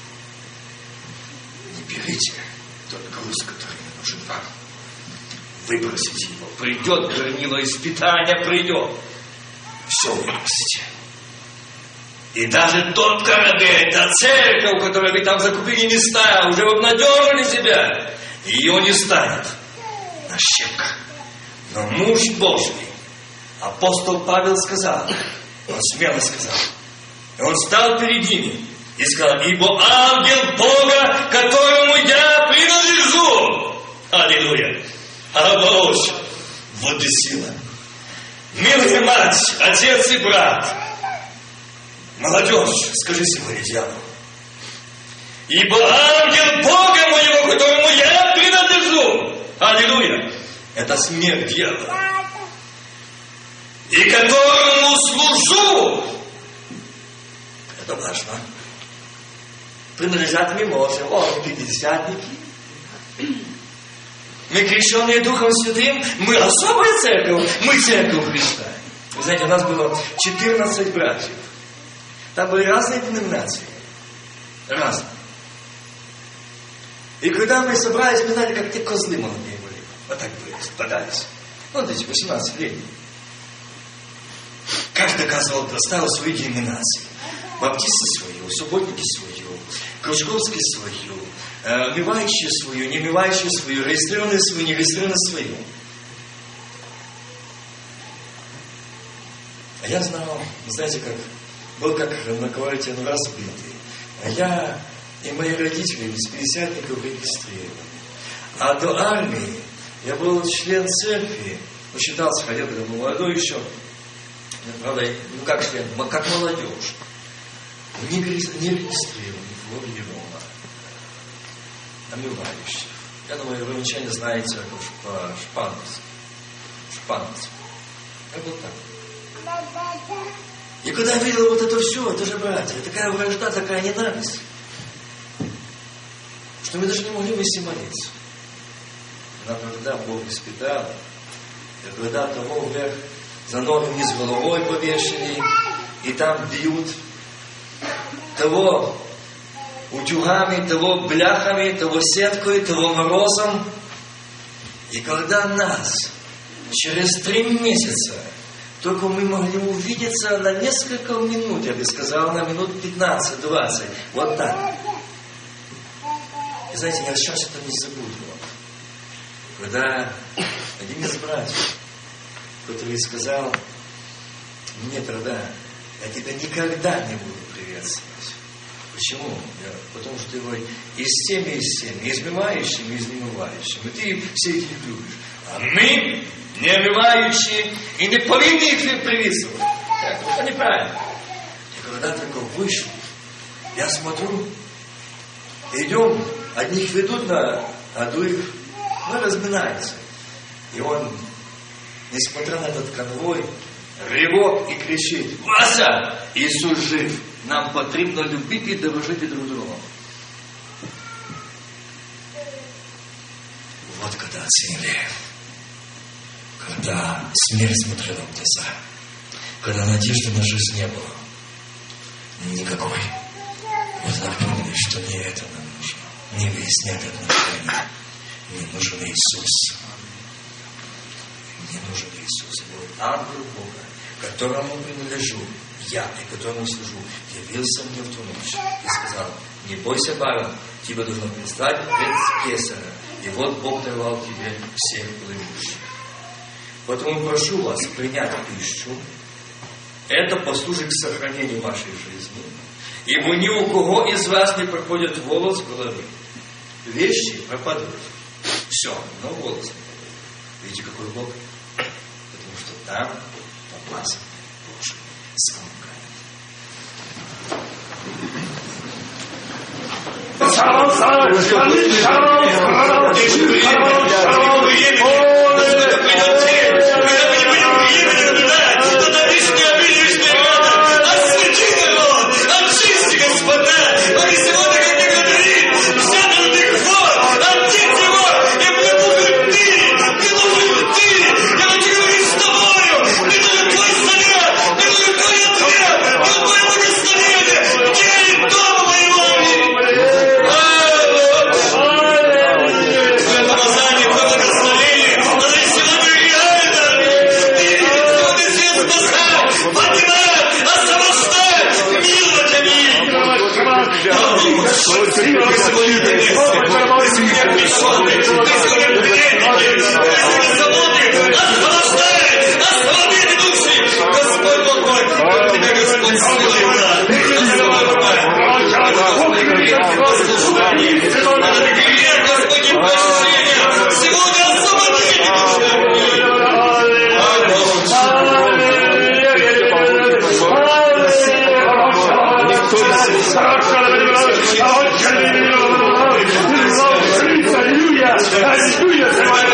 Не берите тот груз, который не нужен вам. Выбросите его. Придет горнило испытания, придет. Все выбросите. И даже тот корабель, та церковь, которую вы там закупили места, уже обнадежили себя, ее не станет на щепках. Но муж Божий, апостол Павел сказал, он смело сказал, и он встал перед ними и сказал, ибо ангел Бога, которому я принадлежу, аллилуйя, Абаош, вот и сила. Милая мать, отец и брат, молодежь, скажи сегодня дьяволу. Ибо ангел Бога моего, которому я принадлежу. Аллилуйя. Это смерть дьявола. и которому служу. Это важно. Принадлежать мы можем. О, мы пятидесятники. Мы крещенные Духом Святым. Мы особая церковь. Мы церковь Христа. Вы знаете, у нас было четырнадцать братьев. Там были разные деноминации. Разные. И когда мы собрались, мы знали, как те козлы молодые были. Вот так были, подались. Вот эти восемнадцатилетние. Каждый доказывал, ставил свою деноминацию. Баптисты свою, субботники свою, кружковские свою, э, мивающие свою, не мивающие свою, регистрированные свою, не регистрированные свою. А я знал, знаете, как, был как на квартире один раз убитый. А я и мои родители из пятидесятников регистрированы. А до армии я был член церкви, учитался, ходил, когда был молодой еще. Правда, ну как член, как молодежь. Не, не регистрированных в Ерона, омывающих. Я думаю, вы ничего не знаете по-шпански. Шпански. Как вот так. И когда я видел вот это все, это же, братья, такая вражда, такая ненависть, что мы даже не могли вместе молиться. Но когда Бог испытал, и когда того вверх за ноги вниз головой повешали, и там бьют, того утюгами, того бляхами, того сеткой, того морозом. И когда нас через три месяца только мы могли увидеться на несколько минут, я бы сказал, на минут пятнадцать-двадцать, вот так. И знаете, я сейчас это не забуду. Когда один из братьев, который сказал: нет, рода, я тебя никогда не буду приветствовать. Почему? Я, потому что ты говоришь, и с теми, и с теми, и с мывающими, и с немывающими. И ты всех их любишь. А мы, не омывающие, и не повинны их приветствовать. Это неправильно. И когда только вышел, я смотрю, идем, одних ведут на, а других, ну, разминается. И он, несмотря на этот конвой, ревок и кричит: Вася, Иисус жив, нам потрібно любити і дорожити друг другом. Вот когда оценили, когда смерть смотрела в глаза, когда надежды на жизнь не было никакой, вот напомнили, что не это нам нужно, не выяснять отношения, не нужен Иисус. Не нужен Иисус. Вот ангел Бога, которому принадлежу я и которому служу, явился мне в ту ночь и сказал: не бойся, барон, тебе должно предстать пред Кесаря, и вот Бог давал тебе всех плывущих. Поэтому прошу вас принять пищу. Это послужит к сохранению вашей жизни, ибо ни у кого из вас не проходит волос в голове. Вещи пропадут. Все, но волос не пропадет. Видите, какой Бог? Потому что там помазан Божий скомкает. Hallelujah! Hallelujah!